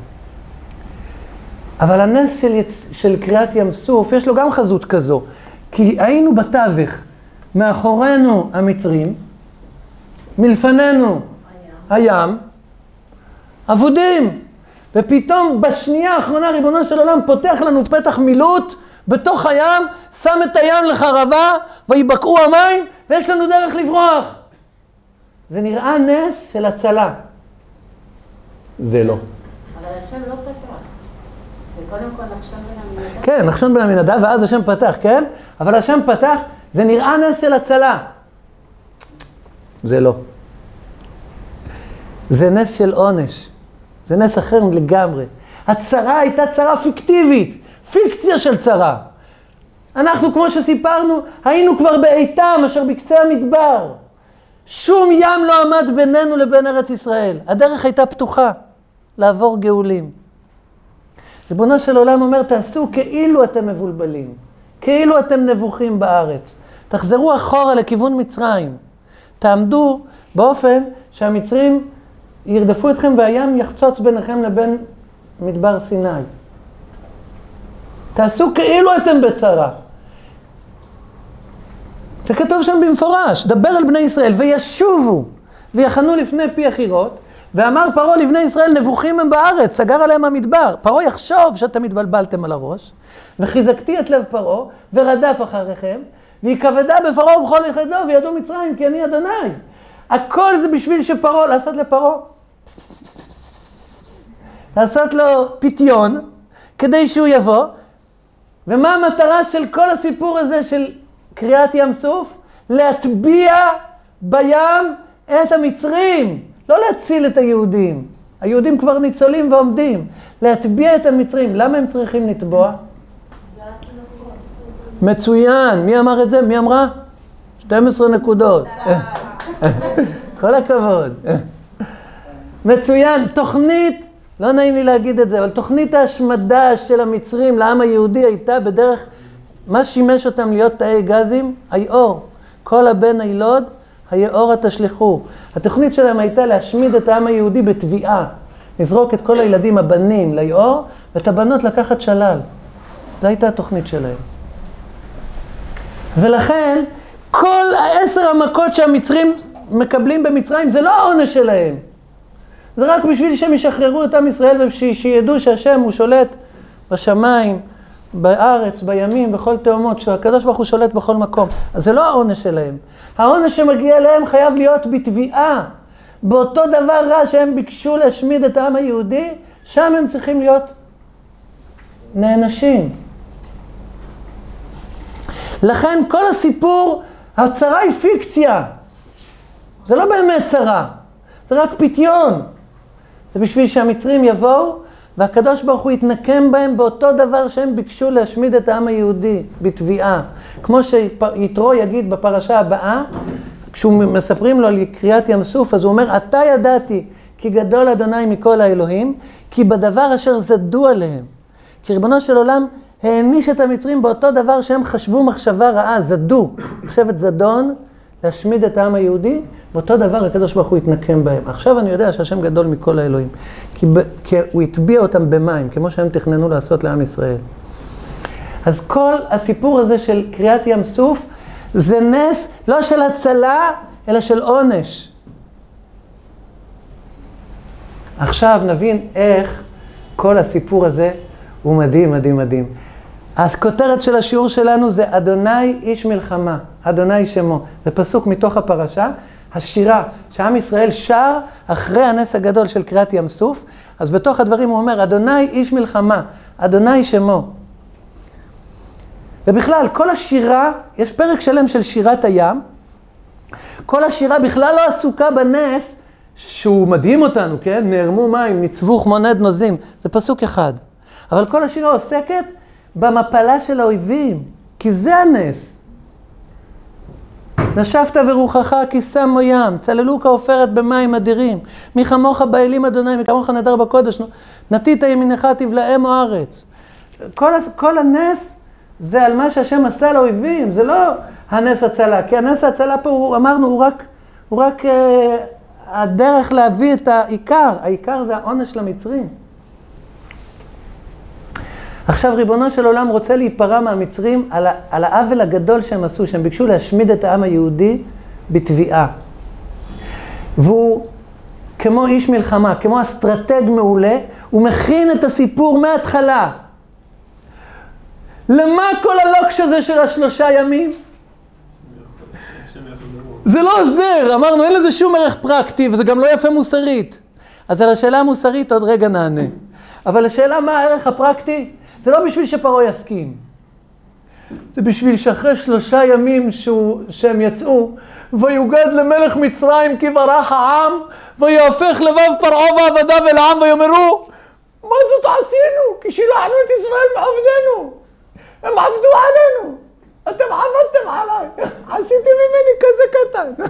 אבל הנס של קריאת ים סוף, יש לו גם חזות כזו. כי היינו בתווך, מאחורינו המצרים, מלפנינו הים, אבודים. ופתאום בשנייה האחרונה ריבונו של עולם פותח לנו פתח מילוט בתוך הים, שם את הים לחרבה ויבקעו המים ויש לנו דרך לברוח. זה נראה נס של הצלה. זה לא. אבל השם לא פתח. זה קודם כל נחשון בן עמינדב. כן, נחשון בן עמינדב ואז השם פתח, כן? אבל השם פתח, זה נראה נס של הצלה. זה לא. זה נס של עונש. זה נס אחר לגמרי. הצרה הייתה צרה פיקטיבית. פיקציה של צרה. אנחנו, כמו שסיפרנו, היינו כבר באיתם אשר בקצה המדבר. שום ים לא עמד בינינו לבין ארץ ישראל. הדרך הייתה פתוחה לעבור גאולים. ריבונו של עולם אומר, תעשו כאילו אתם מבולבלים. כאילו אתם נבוכים בארץ. תחזרו אחורה לכיוון מצרים. תעמדו באופן שהמצרים ירדפו אתכם והים יחצוץ ביניכם לבין מדבר סיני. תעשו כאילו אתם בצרה. זה כתוב שם במפורש, דבר על בני ישראל וישובו ויחנו לפני פי החירות, ואמר פרעה לבני ישראל נבוכים הם בארץ, סגר עליהם המדבר. פרעה יחשוב שאתם התבלבלתם על הראש, וחיזקתי את לב פרעה ורדף אחריכם, ויקבדה בפרעה ובכל יחדלו וידעו מצרים כי אני אדוני. הכל זה בשביל שפרעה, לעשות לפרעה לעשות לו פתיון, כדי שהוא יבוא. ומה המטרה של כל הסיפור הזה של קריעת ים סוף? להטביע בים את המצרים, לא להציל את היהודים. היהודים כבר ניצולים ועומדים. להטביע את המצרים. למה הם צריכים לטבוע? מצוין. מי אמר את זה? מי אמרה? 12 נקודות. כל הכבוד. מצוין. תוכנית, לא נעים לי להגיד את זה, אבל תוכנית ההשמדה של המצרים לעם היהודי הייתה בדרך, מה שימש אותם להיות תאי גזים? היאור. כל הבן הילוד, היאור התשליחו. התוכנית שלהם הייתה להשמיד את העם היהודי בתביעה. לזרוק את כל הילדים הבנים ליאור, ואת הבנות לקחת שלל. זו הייתה התוכנית שלהם. ולכן, כל 10 המכות שהמצרים מקבלים במצרים, זה לא העונש שלהם. זה רק בשביל שהם ישחררו את עם ישראל, ושידעו שהשם הוא שולט בשמיים, בארץ, בימים, בכל תאומות, שהקדוש ברוך הוא שולט בכל מקום. אז זה לא העונש שלהם. העונש שמגיע להם חייב להיות בתביעה. באותו דבר רע שהם ביקשו להשמיד את העם היהודי, שם הם צריכים להיות נענשים. לכן כל הסיפור, הצרה היא פיקציה. זה לא באמת צרה, זה רק פתיון. זה בשביל שהמצרים יבואו, והקדוש ברוך הוא יתנקם בהם באותו דבר שהם ביקשו להשמיד את העם היהודי, בתביעה. כמו שיתרו יגיד בפרשה הבאה, כשהוא מספרים לו על קריאת ים סוף, אז הוא אומר, אתה ידעתי כי גדול אדוני מכל האלוהים, כי בדבר אשר זדו עליהם. כי ריבונו של עולם העניש את המצרים באותו דבר שהם חשבו מחשבה רעה, זדו, מחשבת זדון, להשמיד את העם היהודי, באותו דבר הקדוש ברוך הוא יתנקם בהם. עכשיו אני יודע שהשם גדול מכל האלוהים, כי הוא הטביע אותם במים, כמו שהם תכננו לעשות לעם ישראל. אז כל הסיפור הזה של קריאת ים סוף, זה נס לא של הצלה, אלא של עונש. עכשיו נבין איך כל הסיפור הזה הוא מדהים, מדהים, מדהים. הכותרת של השיעור שלנו זה אדוני איש מלחמה, אדוני שמו. זה פסוק מתוך הפרשה, השירה שעם ישראל שר אחרי הנס הגדול של קריאת ים סוף. אז בתוך הדברים הוא אומר, אדוני איש מלחמה, אדוני שמו. ובכלל, כל השירה, יש פרק שלם של שירת הים, כל השירה בכלל לא עסוקה בנס שהוא מדהים אותנו, כן? נערמו מים, ניצבו כמו נד נוזלים, זה פסוק אחד. אבל כל השירה עוסקת במפלה של האויבים, כי זה הנס. נשבת ורוחך כי שמו ים, צללו כעופרת במים אדירים, מי כמוך באלים אדוני, מי כמוך נדר בקודש, נטית ימינך תבלעם הארץ. כל הנס זה על מה שהשם עשה לאויבים, זה לא הנס הצלה, כי הנס הצלה פה, אמרנו, הוא רק הדרך להביא את העיקר, העיקר זה העונש למצרים. עכשיו ריבונו של עולם רוצה להיפרע מהמצרים על העוול הגדול שהם עשו, שהם ביקשו להשמיד את העם היהודי בתביעה. והוא כמו איש מלחמה, כמו אסטרטג מעולה, הוא מכין את הסיפור מההתחלה. למה כל הלוקש הזה של 3 ימים? זה לא עוזר, אמרנו, אין לזה שום ערך פרקטי, וזה גם לא יפה מוסרית. אז על השאלה המוסרית עוד רגע נענה. אבל השאלה מה הערך הפרקטי? זה לא בשביל שפרעה יסכים. זה בשביל שאחרי 3 ימים שהם יצאו, ויוגד למלך מצרים כי ברח העם, ויהפך לבב פרעה ועבדיו אל העם, ויאמרו, מה זאת עשינו? כי שילחנו את ישראל מעבדנו. הם עבדו עלינו. אתם עבדתם עליי. עשיתם ממני כזה קטן.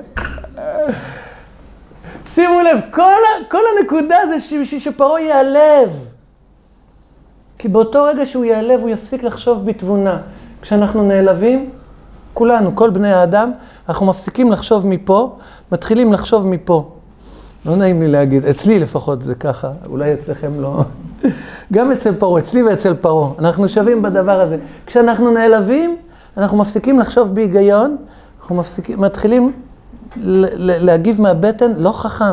שימו לב, כל הנקודה זה בשביל שפרעה ייעלב. כי באותו רגע שהוא ייעלב, הוא יפסיק לחשוב בתבונה. כשאנחנו נעלבים, כולנו, כל בני האדם, אנחנו מפסיקים לחשוב מפה, מתחילים לחשוב מפה. לא נעים לי להגיד, אצלי לפחות זה ככה, אולי אצלכם לא. גם אצל פרעה, אצלי ואצל פרעה, אנחנו שווים בדבר הזה. כשאנחנו נעלבים, אנחנו מפסיקים לחשוב בהיגיון, אנחנו מתחילים להגיב מהבטן, לא חכם.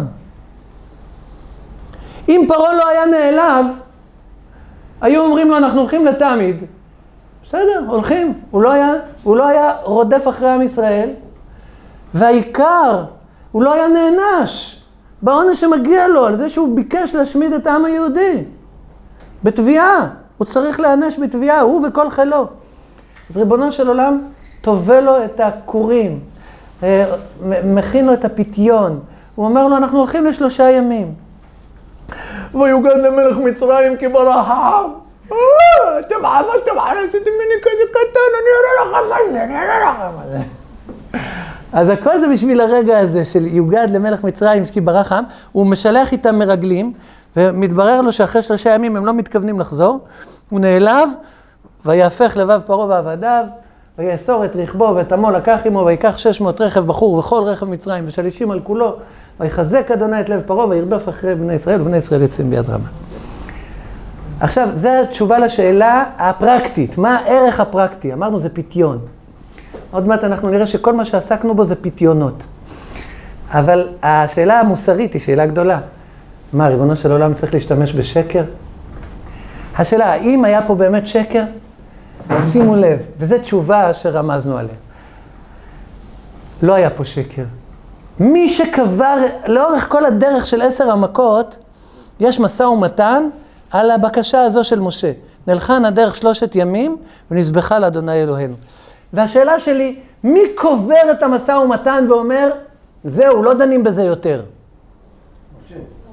אם פרעה לא היה נעלב, היו אומרים לו, אנחנו הולכים לתמיד. בסדר, הולכים. הוא לא היה רודף אחרי עם ישראל, והעיקר, הוא לא היה נענש. בעונש שמגיע לו, על זה שהוא ביקש להשמיד את העם היהודי. בתביעה, הוא צריך להענש בתביעה, הוא וכל חילו. אז ריבונו של עולם תובע לו את הכורים, מכין לו את הפתיון. הוא אומר לו, אנחנו הולכים ל3 ימים. ויוגד למלך מצרים כי ברחם. אתם עבדתם על עשיתם ממני כזה קטן, אני אראה לכם מה זה, אני אראה לכם מה זה. אז הכל זה בשביל הרגע הזה של יוגד למלך מצרים כי ברחם, הוא משלח איתם מרגלים, ומתברר לו שאחרי 3 ימים הם לא מתכוונים לחזור, הוא נעלב, ויהפך לבב פרעה ועבדיו, ויאסור את רכבו ואת עמו לקח עמו, ויקח 600 רכב בחור וכל רכב מצרים ושלישים על כולו, ויחזק אדוני את לב פרעה וירדוף אחרי בני ישראל, ובני ישראל יוצאים ביד רמה. עכשיו, זו התשובה לשאלה הפרקטית. מה הערך הפרקטי? אמרנו, זה פתיון. עוד מעט אנחנו נראה שכל מה שעסקנו בו זה פתיונות. אבל השאלה המוסרית היא שאלה גדולה. מה, ריבונו של עולם צריך להשתמש בשקר? השאלה, האם היה פה באמת שקר? שימו לב, וזו תשובה שרמזנו עליה. לא היה פה שקר. מי שקבר, לאורך כל הדרך של 10 המכות, יש משא ומתן על הבקשה הזו של משה. נלכה נא דרך 3 ימים ונזבחה לאדוני אלוהינו. והשאלה שלי, מי קובר את המשא ומתן ואומר, זהו, לא דנים בזה יותר? משה.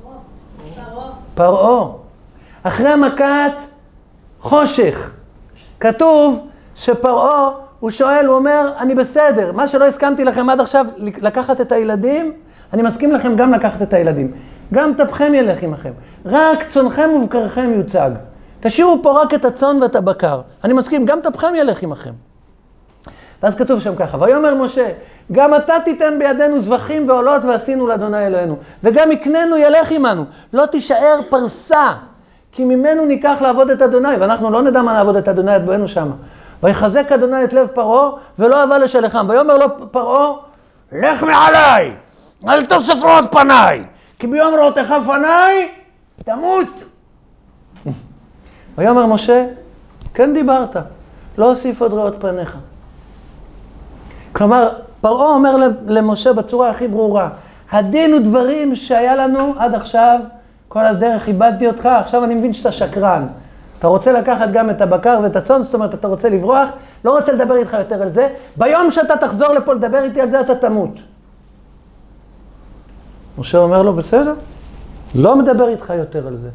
פרעה. אחרי המכת חושך. כתוב שפרעה, הוא שואל, הוא אומר, אני בסדר, מה שלא הסכמתי לכם עד עכשיו לקחת את הילדים, אני מסכים לכם גם לקחת את הילדים. גם טפכם ילך עמכם. רק צונכם ובקרכם יוצג. תשאירו פה רק את הצאן ואת הבקר. אני מסכים, גם טפכם ילך עמכם. ואז כתוב שם ככה, ויאמר משה, גם אתה תיתן בידינו זבחים ועולות ועשינו לאדוני אלוהינו, וגם יקננו ילך עמנו, לא תישאר פרסה, כי ממנו ניקח לעבוד את אדוני, ואנחנו לא נדע מה לעבוד את אדוני את בואנו שם. ויחזק אדוני את לב פרעה, ולא אבא לשלחם, ויאמר לו פרעה, לך מעליי, אל תוסף ראות פניי, כי ביום ראותך פניי, תמות. ויאמר משה, כן דיברת, לא אוסיף עוד ראות פניך. כלומר, פרעה אומר למשה בצורה הכי ברורה, הדין ודברים שהיה לנו עד עכשיו, כל הדרך איבדתי אותך, עכשיו אני מבין שאתה שקרן. אתה רוצה לקחת גם את הבקר ואת הצאן, זאת אומרת, אתה רוצה לברוח, לא רוצה לדבר איתך יותר על זה, ביום שאתה תחזור לפה לדבר איתי על זה, אתה תמות. משה אומר לו, בסדר, לא מדבר איתך יותר על זה.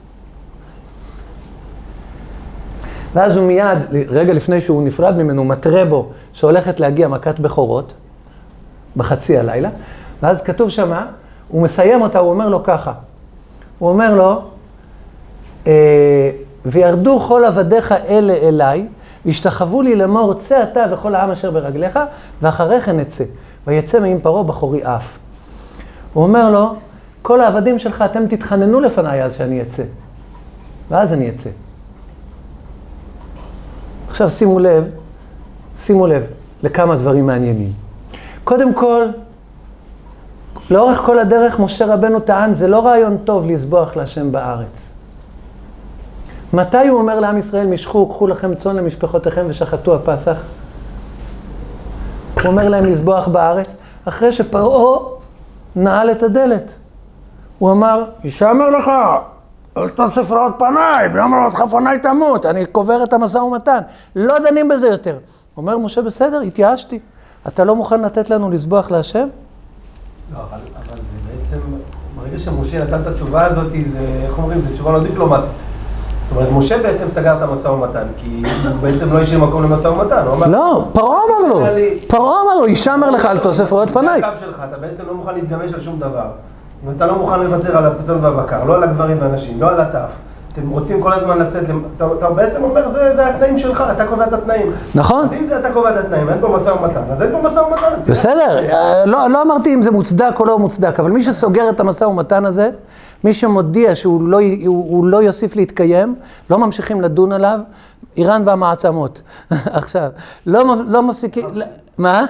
ואז הוא מיד, רגע לפני שהוא נפרד ממנו, מטרה בו שהולכת להגיע מכת בכורות, בחצי הלילה, ואז כתוב שמה, הוא מסיים אותה, הוא אומר לו ככה, הוא אומר לו, וירדו כל עבדיך אלה אליי, והשתחוו לי לאמור, צא אתה וכל העם אשר ברגליך, ואחרי כן נצא, ויצא מעם פרעה בחורי אף. הוא אומר לו, כל העבדים שלך, אתם תתחננו לפניי אז שאני אצא, ואז אני אצא. עכשיו שימו לב לכמה דברים מעניינים. קודם כל, לאורך כל הדרך משה רבנו טען, זה לא רעיון טוב לסבוח להשם בארץ. מתי הוא אומר לעם ישראל, משכו, קחו לכם צאן למשפחותיכם ושחטו הפסח? הוא אומר להם לסבוח בארץ, אחרי שפרעה נעל את הדלת. הוא אמר, ישמר לך, אל תוסף רעות פניי, ביום ראותך פניי תמות, אני קובר את המשא ומתן, לא דנים בזה יותר. אומר משה, בסדר, התייאשתי, אתה לא מוכן לתת לנו לסבוח להשם? לא, אבל זה בעצם, ברגע שמשה נתן את התשובה הזאת, זה, איך אומרים, זו תשובה לא דיפלומטית. זאת אומרת, משה בעצם סגר את המשא ומתן, כי הוא בעצם לא השאיר מקום למשא ומתן. לא, פרעה אמר לו, ישמר לך, אל תוסף רעות פניי. זה הקו שלך, אתה בעצם לא מוכן להתגמש על שום דבר. אם אתה לא מוכן לוותר על הצאן והבקר, לא על הגברים והנשים, לא על הטף, אתם רוצים כל הזמן לצאת, אתה בעצם אומר, זה התנאים שלך, אתה קובע את התנאים. נכון. אז אם זה אתה קובע את התנאים, אין פה משא ומתן, אז אין פה משא ומתן. בסדר, לא אמרתי אם זה מוצדק או לא מוצדק, אבל מי שסוגר את המשא ומתן הזה, מי שמודיע שהוא לא יוסיף להתקיים, לא ממשיכים לדון עליו, איראן והמעצמות. עכשיו, לא מפסיקים, מה?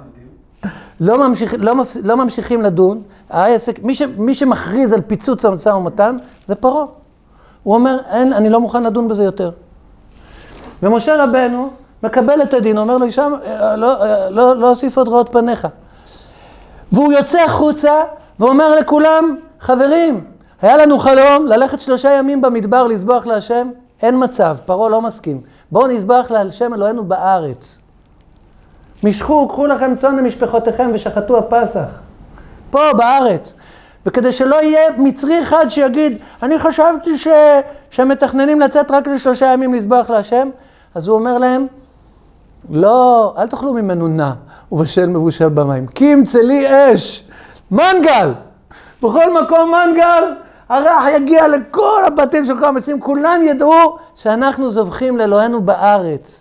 לא ממשיכים לדון, מי שמכריז על פיצוץ המשא ומתן, זה פרעה. הוא אומר, אני לא מוכן לדון בזה יותר. ומשה רבנו מקבל את הדין, אומר לו, לא אוסיף עוד רעות פניך. והוא יוצא החוצה, והוא אומר לכולם, חברים, היה לנו חלום ללכת 3 ימים במדבר לזבוח להשם, אין מצב, פרעה לא מסכים. בואו נזבח להשם אלוהינו בארץ. משכו, קחו לכם צאן למשפחותיכם ושחטו הפסח. פה בארץ. וכדי שלא יהיה מצרי אחד שיגיד, אני חשבתי שהם מתכננים לצאת רק ל3 ימים לזבוח להשם, אז הוא אומר להם, לא, אל תאכלו ממנו נע ובשל מבושל במים, כי ימצא לי אש, מנגל, בכל מקום מנגל, הריח יגיע לכל הבתים של כל המצרים, כולם ידעו שאנחנו זובחים לאלוהינו בארץ.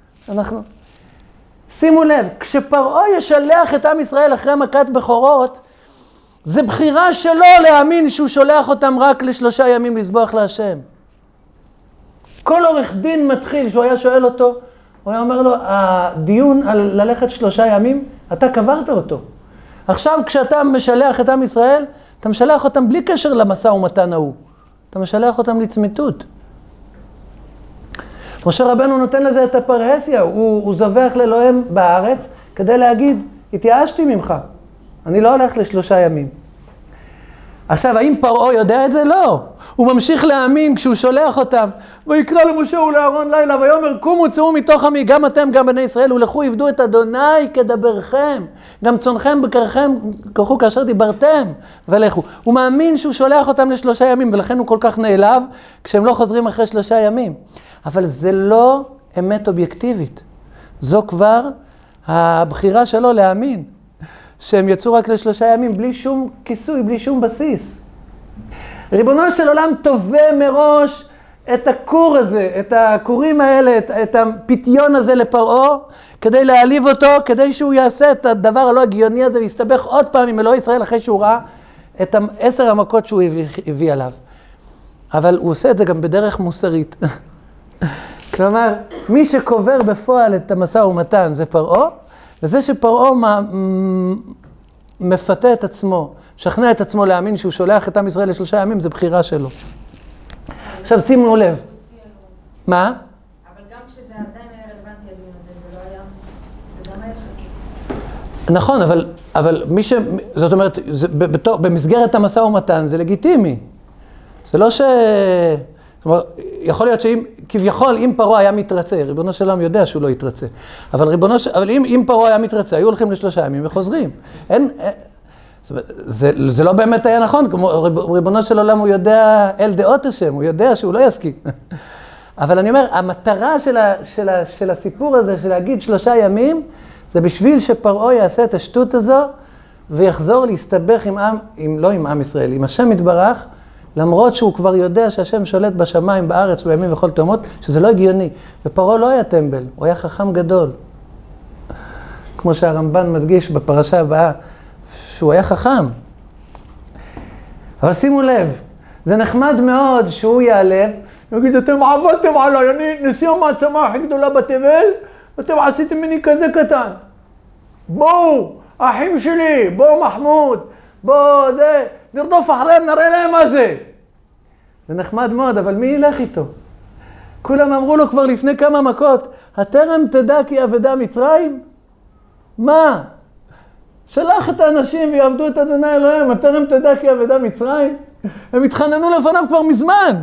שימו לב, כשפרעה ישלח את עם ישראל אחרי מכת בכורות, זה בחירה שלו להאמין שהוא שולח אותם רק ל3 ימים לזבוח להשם. כל עורך דין מתחיל, שהוא היה שואל אותו, הוא היה אומר לו, הדיון על ללכת 3 ימים, אתה קברת אותו. עכשיו כשאתה משלח את עם ישראל, אתה משלח אותם בלי קשר למשא ומתן ההוא. אתה משלח אותם לצמיתות. משה רבנו נותן לזה את הפרהסיה, הוא זובח לאלוהים בארץ, כדי להגיד, התייאשתי ממך, אני לא הולך ל3 ימים. עכשיו, האם פרעה יודע את זה? לא. הוא ממשיך להאמין כשהוא שולח אותם. ויקרא למשה ולאהרון לילה, ויאמר קומו צאו מתוך עמי, גם אתם גם בני ישראל, ולכו עבדו את אדוני כדברכם. גם צונכם בקרכם, כרכו כאשר דיברתם, ולכו. הוא מאמין שהוא שולח אותם ל3 ימים, ולכן הוא כל כך נעלב כשהם לא חוזרים אחרי 3 ימים. אבל זה לא אמת אובייקטיבית. זו כבר הבחירה שלו להאמין. שהם יצאו רק ל3 ימים, בלי שום כיסוי, בלי שום בסיס. ריבונו של עולם תובע מראש את הכור הזה, את הכורים האלה, את הפתיון הזה לפרעה, כדי להעליב אותו, כדי שהוא יעשה את הדבר הלא הגיוני הזה, ויסתבך עוד פעם עם אלוהי ישראל, אחרי שהוא ראה את 10 המכות שהוא הביא עליו. אבל הוא עושה את זה גם בדרך מוסרית. כלומר, מי שקובר בפועל את המשא ומתן זה פרעה, וזה שפרעה מפתה את עצמו, משכנע את עצמו להאמין שהוא שולח את עם ישראל ל3 ימים, זה בחירה שלו. עכשיו שימו לב. מה? אבל גם כשזה עדיין היה רלוונטי הדיון הזה, זה לא היה, זה גם היה שקט. נכון, אבל מי ש... זאת אומרת, במסגרת המשא ומתן זה לגיטימי. זה לא ש... זאת אומרת, יכול להיות שאם, כביכול, אם פרעה היה מתרצה, ריבונו של עולם יודע שהוא לא יתרצה, אבל אם פרעה היה מתרצה, היו הולכים ל3 ימים וחוזרים. זה לא באמת היה נכון, כמו ריבונו של עולם הוא יודע אל דעות השם, הוא יודע שהוא לא יסכים. אבל אני אומר, המטרה של הסיפור הזה, של להגיד 3 ימים, זה בשביל שפרעה יעשה את השטות הזו, ויחזור להסתבך לא עם עם ישראל, עם השם יתברך, למרות שהוא כבר יודע שהשם שולט בשמיים, בארץ, בימים וכל תאומות, שזה לא הגיוני. ופרעה לא היה טמבל, הוא היה חכם גדול. כמו שהרמב"ן מדגיש בפרשה הבאה, שהוא היה חכם. אבל שימו לב, זה נחמד מאוד שהוא יעלב, ויגיד, אתם עבדתם עליי, אני נשיא המעצמה הכי גדולה בתבל, ואתם עשיתם ממני כזה קטן. בואו, האחים שלי, בואו מחמוד, בואו זה, נרדוף אחריהם, נראה להם מה זה. זה נחמד מאוד, אבל מי ילך איתו? כולם אמרו לו כבר לפני כמה מכות, הטרם תדע כי אבדה מצרים? מה? שלח את האנשים ויעבדו את אדוני אלוהים, הטרם תדע כי אבדה מצרים? הם התחננו לפניו כבר מזמן.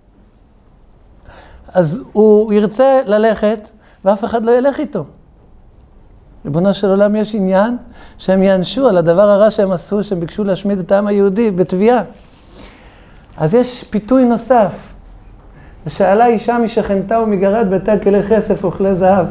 אז הוא ירצה ללכת, ואף אחד לא ילך איתו. ריבונו של עולם יש עניין שהם יענשו על הדבר הרע שהם עשו, שהם ביקשו להשמיד את העם היהודי בתביעה. אז יש פיתוי נוסף. ושאלה אישה משכנתה ומגרד ביתה כלי כסף וכלי זהב.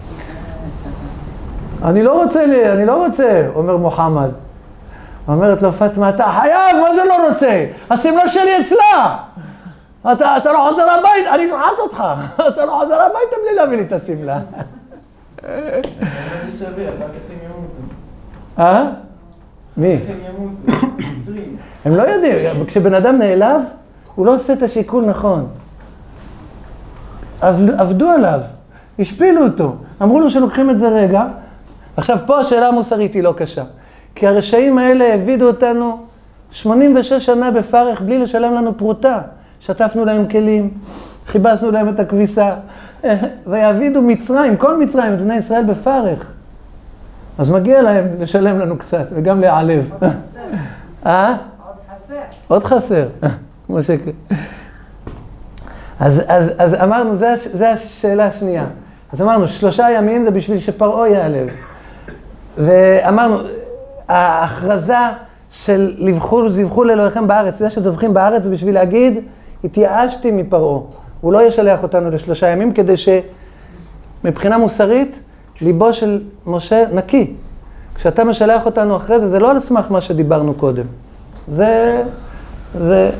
אני לא רוצה, אומר מוחמד. אומרת לו פטמה, אתה חייב, מה זה לא רוצה? הסמלה שלי אצלה. אתה לא חוזר הבית, אני שוחט אותך. אתה לא חוזר הביתה בלי להביא לי את הסמלה. זה שווה, אחר כך הם ימותו. מי? אחר כך הם ימותו, מצרים. הם לא יודעים, כשבן אדם נעלב, הוא לא עושה את השיקול נכון. עבדו עליו, השפילו אותו, אמרו לו שלוקחים את זה רגע. עכשיו פה השאלה המוסרית היא לא קשה, כי הרשעים האלה העבידו אותנו 86 שנה בפרך בלי לשלם לנו פרוטה. שטפנו להם כלים, חיבסנו להם את הכביסה, ויעבידו מצרים, כל מצרים, בני ישראל בפרך. אז מגיע להם לשלם לנו קצת, וגם להיעלב. עוד חסר. עוד חסר, כמו אז אמרנו, זו השאלה השנייה. אז אמרנו, 3 ימים זה בשביל שפרעה ייעלב. ואמרנו, ההכרזה של זבחו לאלוהיכם בארץ, זה שזבחים בארץ זה בשביל להגיד, התייאשתי מפרעה. הוא לא ישלח אותנו ל3 ימים, כדי שמבחינה מוסרית, ליבו של משה נקי. כשאתה משלח אותנו אחרי זה, זה לא על סמך מה שדיברנו קודם. זה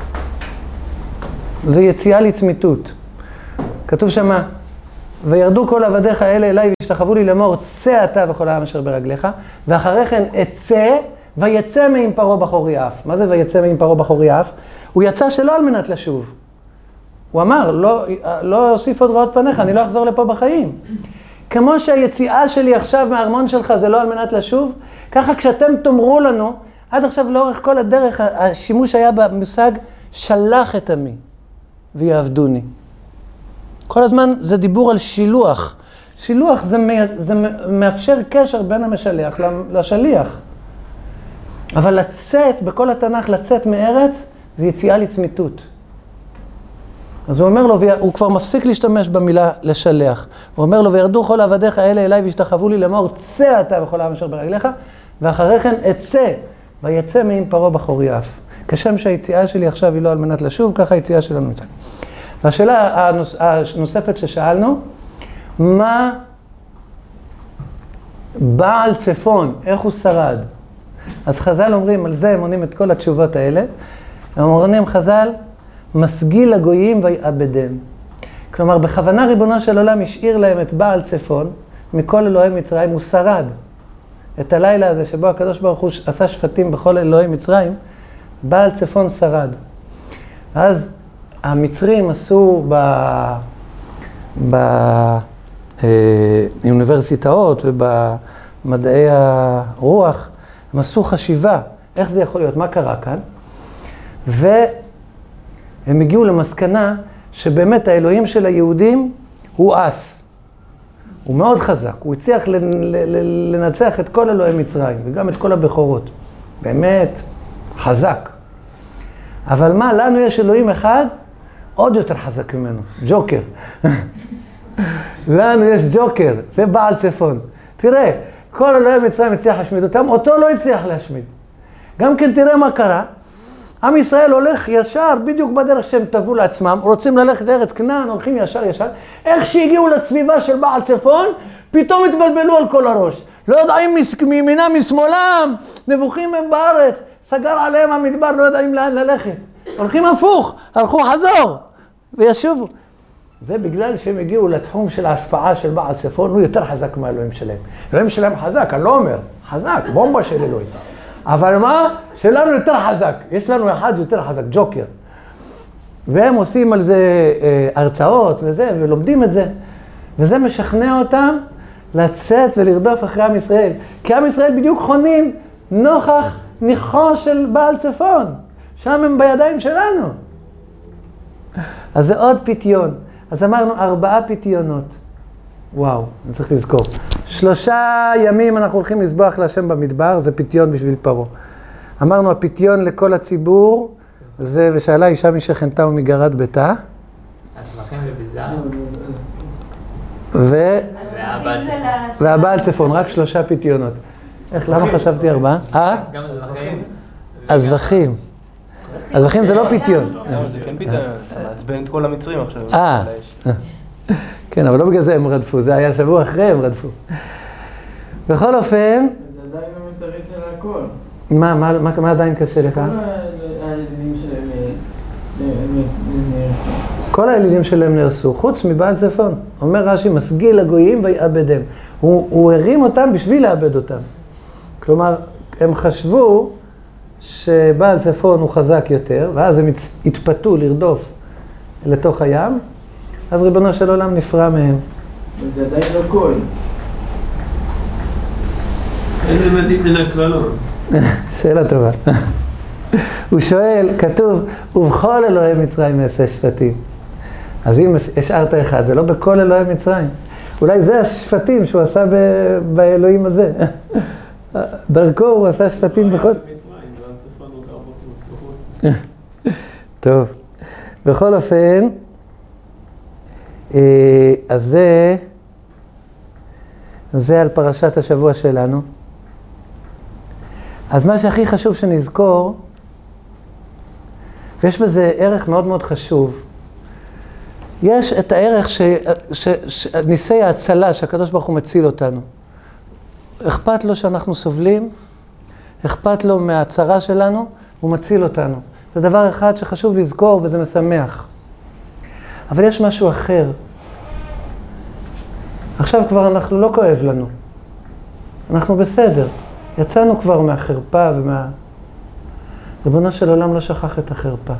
יציאה לצמיתות. כתוב שמה, וירדו כל עבדיך האלה אליי והשתחוו לי לאמור, צא אתה וכל העם אשר ברגליך, ואחרי כן אצא ויצא מעם פרעה בחורי אף. מה זה ויצא מעם פרעה בחורי אף? הוא יצא שלא על מנת לשוב. הוא אמר, לא אוסיף עוד רעות פניך, אני לא אחזור לפה בחיים. כמו שהיציאה שלי עכשיו מהארמון שלך זה לא על מנת לשוב, ככה כשאתם תאמרו לנו, עד עכשיו לאורך כל הדרך השימוש היה במושג שלח את עמי ויעבדוני. כל הזמן זה דיבור על שילוח. שילוח זה מאפשר קשר בין המשלח לשליח. אבל לצאת, בכל התנ"ך, לצאת מארץ, זה יציאה לצמיתות. אז הוא אומר לו, הוא כבר מפסיק להשתמש במילה לשלח. הוא אומר לו, וירדו כל עבדיך האלה אליי והשתחוו לי לאמור, צא אתה וכל העם אשר ברגליך, ואחרי כן אצא, ויצא מעם פרעה בחורי אף. כשם שהיציאה שלי עכשיו היא לא על מנת לשוב, ככה היציאה שלנו מצא. והשאלה הנוספת ששאלנו, מה בעל צפון, איך הוא שרד? אז חז"ל אומרים, על זה הם עונים את כל התשובות האלה. הם אומרים חז"ל, מסגיל לגויים ויעבדם. כלומר, בכוונה ריבונו של עולם השאיר להם את בעל צפון, מכל אלוהי מצרים, הוא שרד. את הלילה הזה שבו הקדוש ברוך הוא עשה שפטים בכל אלוהי מצרים, בעל צפון שרד. אז המצרים עשו באוניברסיטאות ובמדעי הרוח, הם עשו חשיבה, איך זה יכול להיות, מה קרה כאן, והם הגיעו למסקנה שבאמת האלוהים של היהודים הוא אס. הוא מאוד חזק, הוא הצליח לנצח את כל אלוהי מצרים וגם את כל הבכורות. באמת חזק. אבל מה, לנו יש אלוהים אחד עוד יותר חזק ממנו, ג'וקר. לנו יש ג'וקר, זה בעל צפון. תראה, כל אלוהי מצרים הצליח להשמיד אותם, אותו לא הצליח להשמיד. גם כן תראה מה קרה, עם ישראל הולך ישר, בדיוק בדרך שהם טבעו לעצמם, רוצים ללכת לארץ כנען, הולכים ישר, איך שהגיעו לסביבה של בעל צפון, פתאום התבלבלו על כל הראש. לא יודעים מימינם, משמאלם, נבוכים הם בארץ, סגר עליהם המדבר, לא יודעים לאן ללכת. הולכים הפוך, הלכו חזור, וישובו. זה בגלל שהם הגיעו לתחום של ההשפעה של בעל צפון, הוא יותר חזק מהאלוהים שלהם. אלוהים שלהם חזק, אני לא אומר, חזק, בומבה של אלוהים. אבל מה? שלנו יותר חזק, יש לנו אחד יותר חזק, ג'וקר. והם עושים על זה הרצאות וזה, ולומדים את זה. וזה משכנע אותם לצאת ולרדוף אחרי עם ישראל. כי עם ישראל בדיוק חונים נוכח ניחו של בעל צפון. שם הם בידיים שלנו. אז זה עוד פיתיון. אז אמרנו 4 פיתיונות. וואו, אני צריך לזכור. 3 ימים אנחנו הולכים לסבוח להשם במדבר, זה פיתיון בשביל פרעה. אמרנו הפיתיון לכל הציבור, זה ושאלה אישה משכנתה ומגרת ביתה. הצמחים וביזה. והבעל צפון, רק 3 פיתיונות. איך, למה חשבתי 4? גם הזבחים. הזבחים. הזבחים זה לא פיתיון. זה כן פיתיון, מעצבן את כל המצרים עכשיו. כן, אבל לא בגלל זה הם רדפו, זה היה שבוע אחרי הם רדפו. בכל אופן... זה עדיין לא מתריץ על הכל. מה עדיין קשה לך? כל הילדים שלהם נהרסו. כל הילדים שלהם נהרסו, חוץ מבעל צפון. אומר רש"י, מסגיל לגויים ויעבדם. הוא הרים אותם בשביל לאבד אותם. כלומר, הם חשבו שבעל צפון הוא חזק יותר, ואז הם התפתו לרדוף לתוך הים, אז ריבונו של עולם נפרע מהם. זה עדיין לא כל. איזה מדהים מן הכללות. שאלה טובה. הוא שואל, כתוב, ובכל אלוהי מצרים יעשה שפטים. אז אם השארת אחד, זה לא בכל אלוהי מצרים. אולי זה השפטים שהוא עשה באלוהים הזה. דרכו הוא עשה שפטים בכל... טוב, בכל אופן, אז זה על פרשת השבוע שלנו. אז מה שהכי חשוב שנזכור, ויש בזה ערך מאוד מאוד חשוב, יש את הערך ניסי ההצלה שהקדוש ברוך הוא מציל אותנו. אכפת לו שאנחנו סובלים, אכפת לו מהצרה שלנו, הוא מציל אותנו. זה דבר אחד שחשוב לזכור וזה משמח. אבל יש משהו אחר. עכשיו כבר אנחנו לא כואב לנו. אנחנו בסדר. יצאנו כבר מהחרפה ריבונו של עולם לא שכח את החרפה.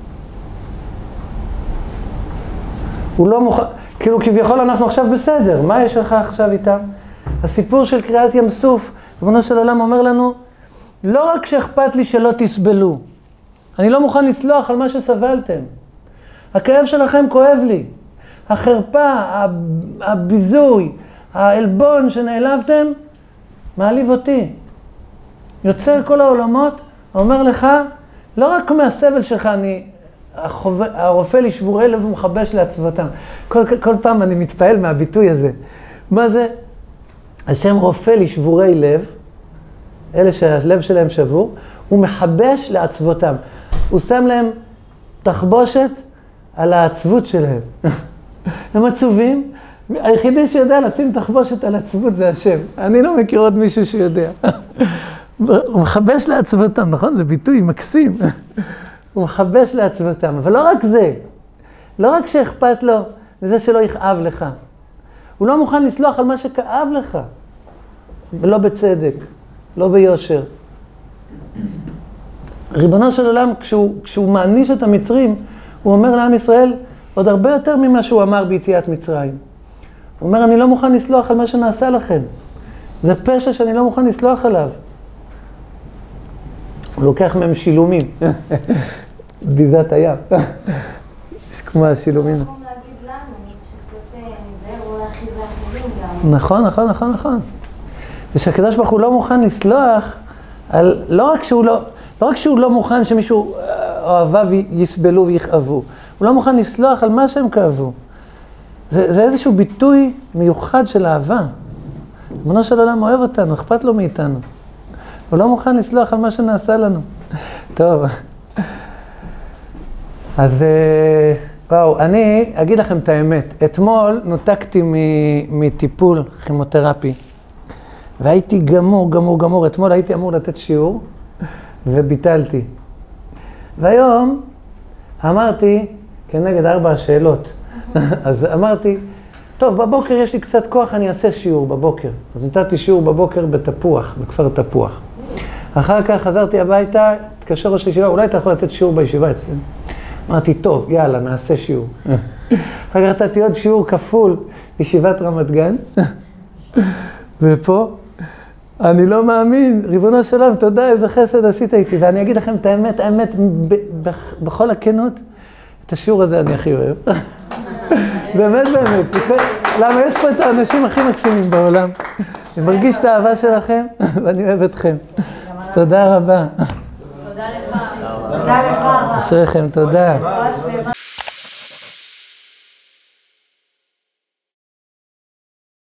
הוא לא מוכן, כאילו כביכול אנחנו עכשיו בסדר, מה יש לך עכשיו איתם? הסיפור של קריאת ים סוף, ריבונו של עולם אומר לנו, לא רק שאכפת לי שלא תסבלו, אני לא מוכן לסלוח על מה שסבלתם. הכאב שלכם כואב לי. החרפה, הביזוי, העלבון שנעלבתם, מעליב אותי. יוצר כל העולמות, אומר לך, לא רק מהסבל שלך הרופא לי שבורי לב ומחבש לעצבותם. כל פעם אני מתפעל מהביטוי הזה. מה זה? השם רופא לי שבורי לב, אלה שהלב שלהם שבור, הוא מחבש לעצבותם. הוא שם להם תחבושת על העצבות שלהם. הם עצובים, היחידי שיודע לשים תחבושת על עצבות זה השם. אני לא מכיר עוד מישהו שיודע. הוא מחבש לעצבותם, נכון? זה ביטוי מקסים. הוא מחבש לעצבותם, אבל לא רק זה. לא רק שאכפת לו מזה שלא יכאב לך. הוא לא מוכן לסלוח על מה שכאב לך. ולא בצדק, לא ביושר. ריבונו של עולם, כשהוא מעניש את המצרים, הוא אומר לעם ישראל עוד הרבה יותר ממה שהוא אמר ביציאת מצרים. הוא אומר, אני לא מוכן לסלוח על מה שנעשה לכם. זה פשע שאני לא מוכן לסלוח עליו. הוא לוקח מהם שילומים. ביזת הים. יש כמו השילומים. אנחנו להגיד לנו, שקצת נזהר או להכיל לאחרים גם. נכון. ושהקדוש ברוך הוא לא מוכן לסלוח על, לא רק שהוא לא מוכן שמישהו אוהביו יסבלו ויכאבו, הוא לא מוכן לסלוח על מה שהם כאבו. זה איזשהו ביטוי מיוחד של אהבה. ריבונו של עולם אוהב אותנו, אכפת לו מאיתנו. הוא לא מוכן לסלוח על מה שנעשה לנו. טוב. אז וואו, אני אגיד לכם את האמת. אתמול נותקתי מטיפול כימותרפי. והייתי גמור. אתמול הייתי אמור לתת שיעור, וביטלתי. והיום אמרתי, כנגד 4 שאלות, אז אמרתי, טוב, בבוקר יש לי קצת כוח, אני אעשה שיעור בבוקר. אז נתתי שיעור בבוקר בתפוח, בכפר תפוח. אחר כך חזרתי הביתה, התקשר ראש הישיבה, אולי אתה יכול לתת שיעור בישיבה אצלנו. אמרתי, טוב, יאללה, נעשה שיעור. אחר כך נתתי עוד שיעור כפול בישיבת רמת גן. ופה, אני לא מאמין, ריבונו של עולם, תודה, איזה חסד עשית איתי. ואני אגיד לכם את האמת, בכל הכנות, את השיעור הזה אני הכי אוהב. באמת. למה יש פה את האנשים הכי מקסימים בעולם. אני מרגיש את האהבה שלכם, ואני אוהב אתכם. אז תודה רבה. תודה לך. תודה לך. עשו לכם, תודה.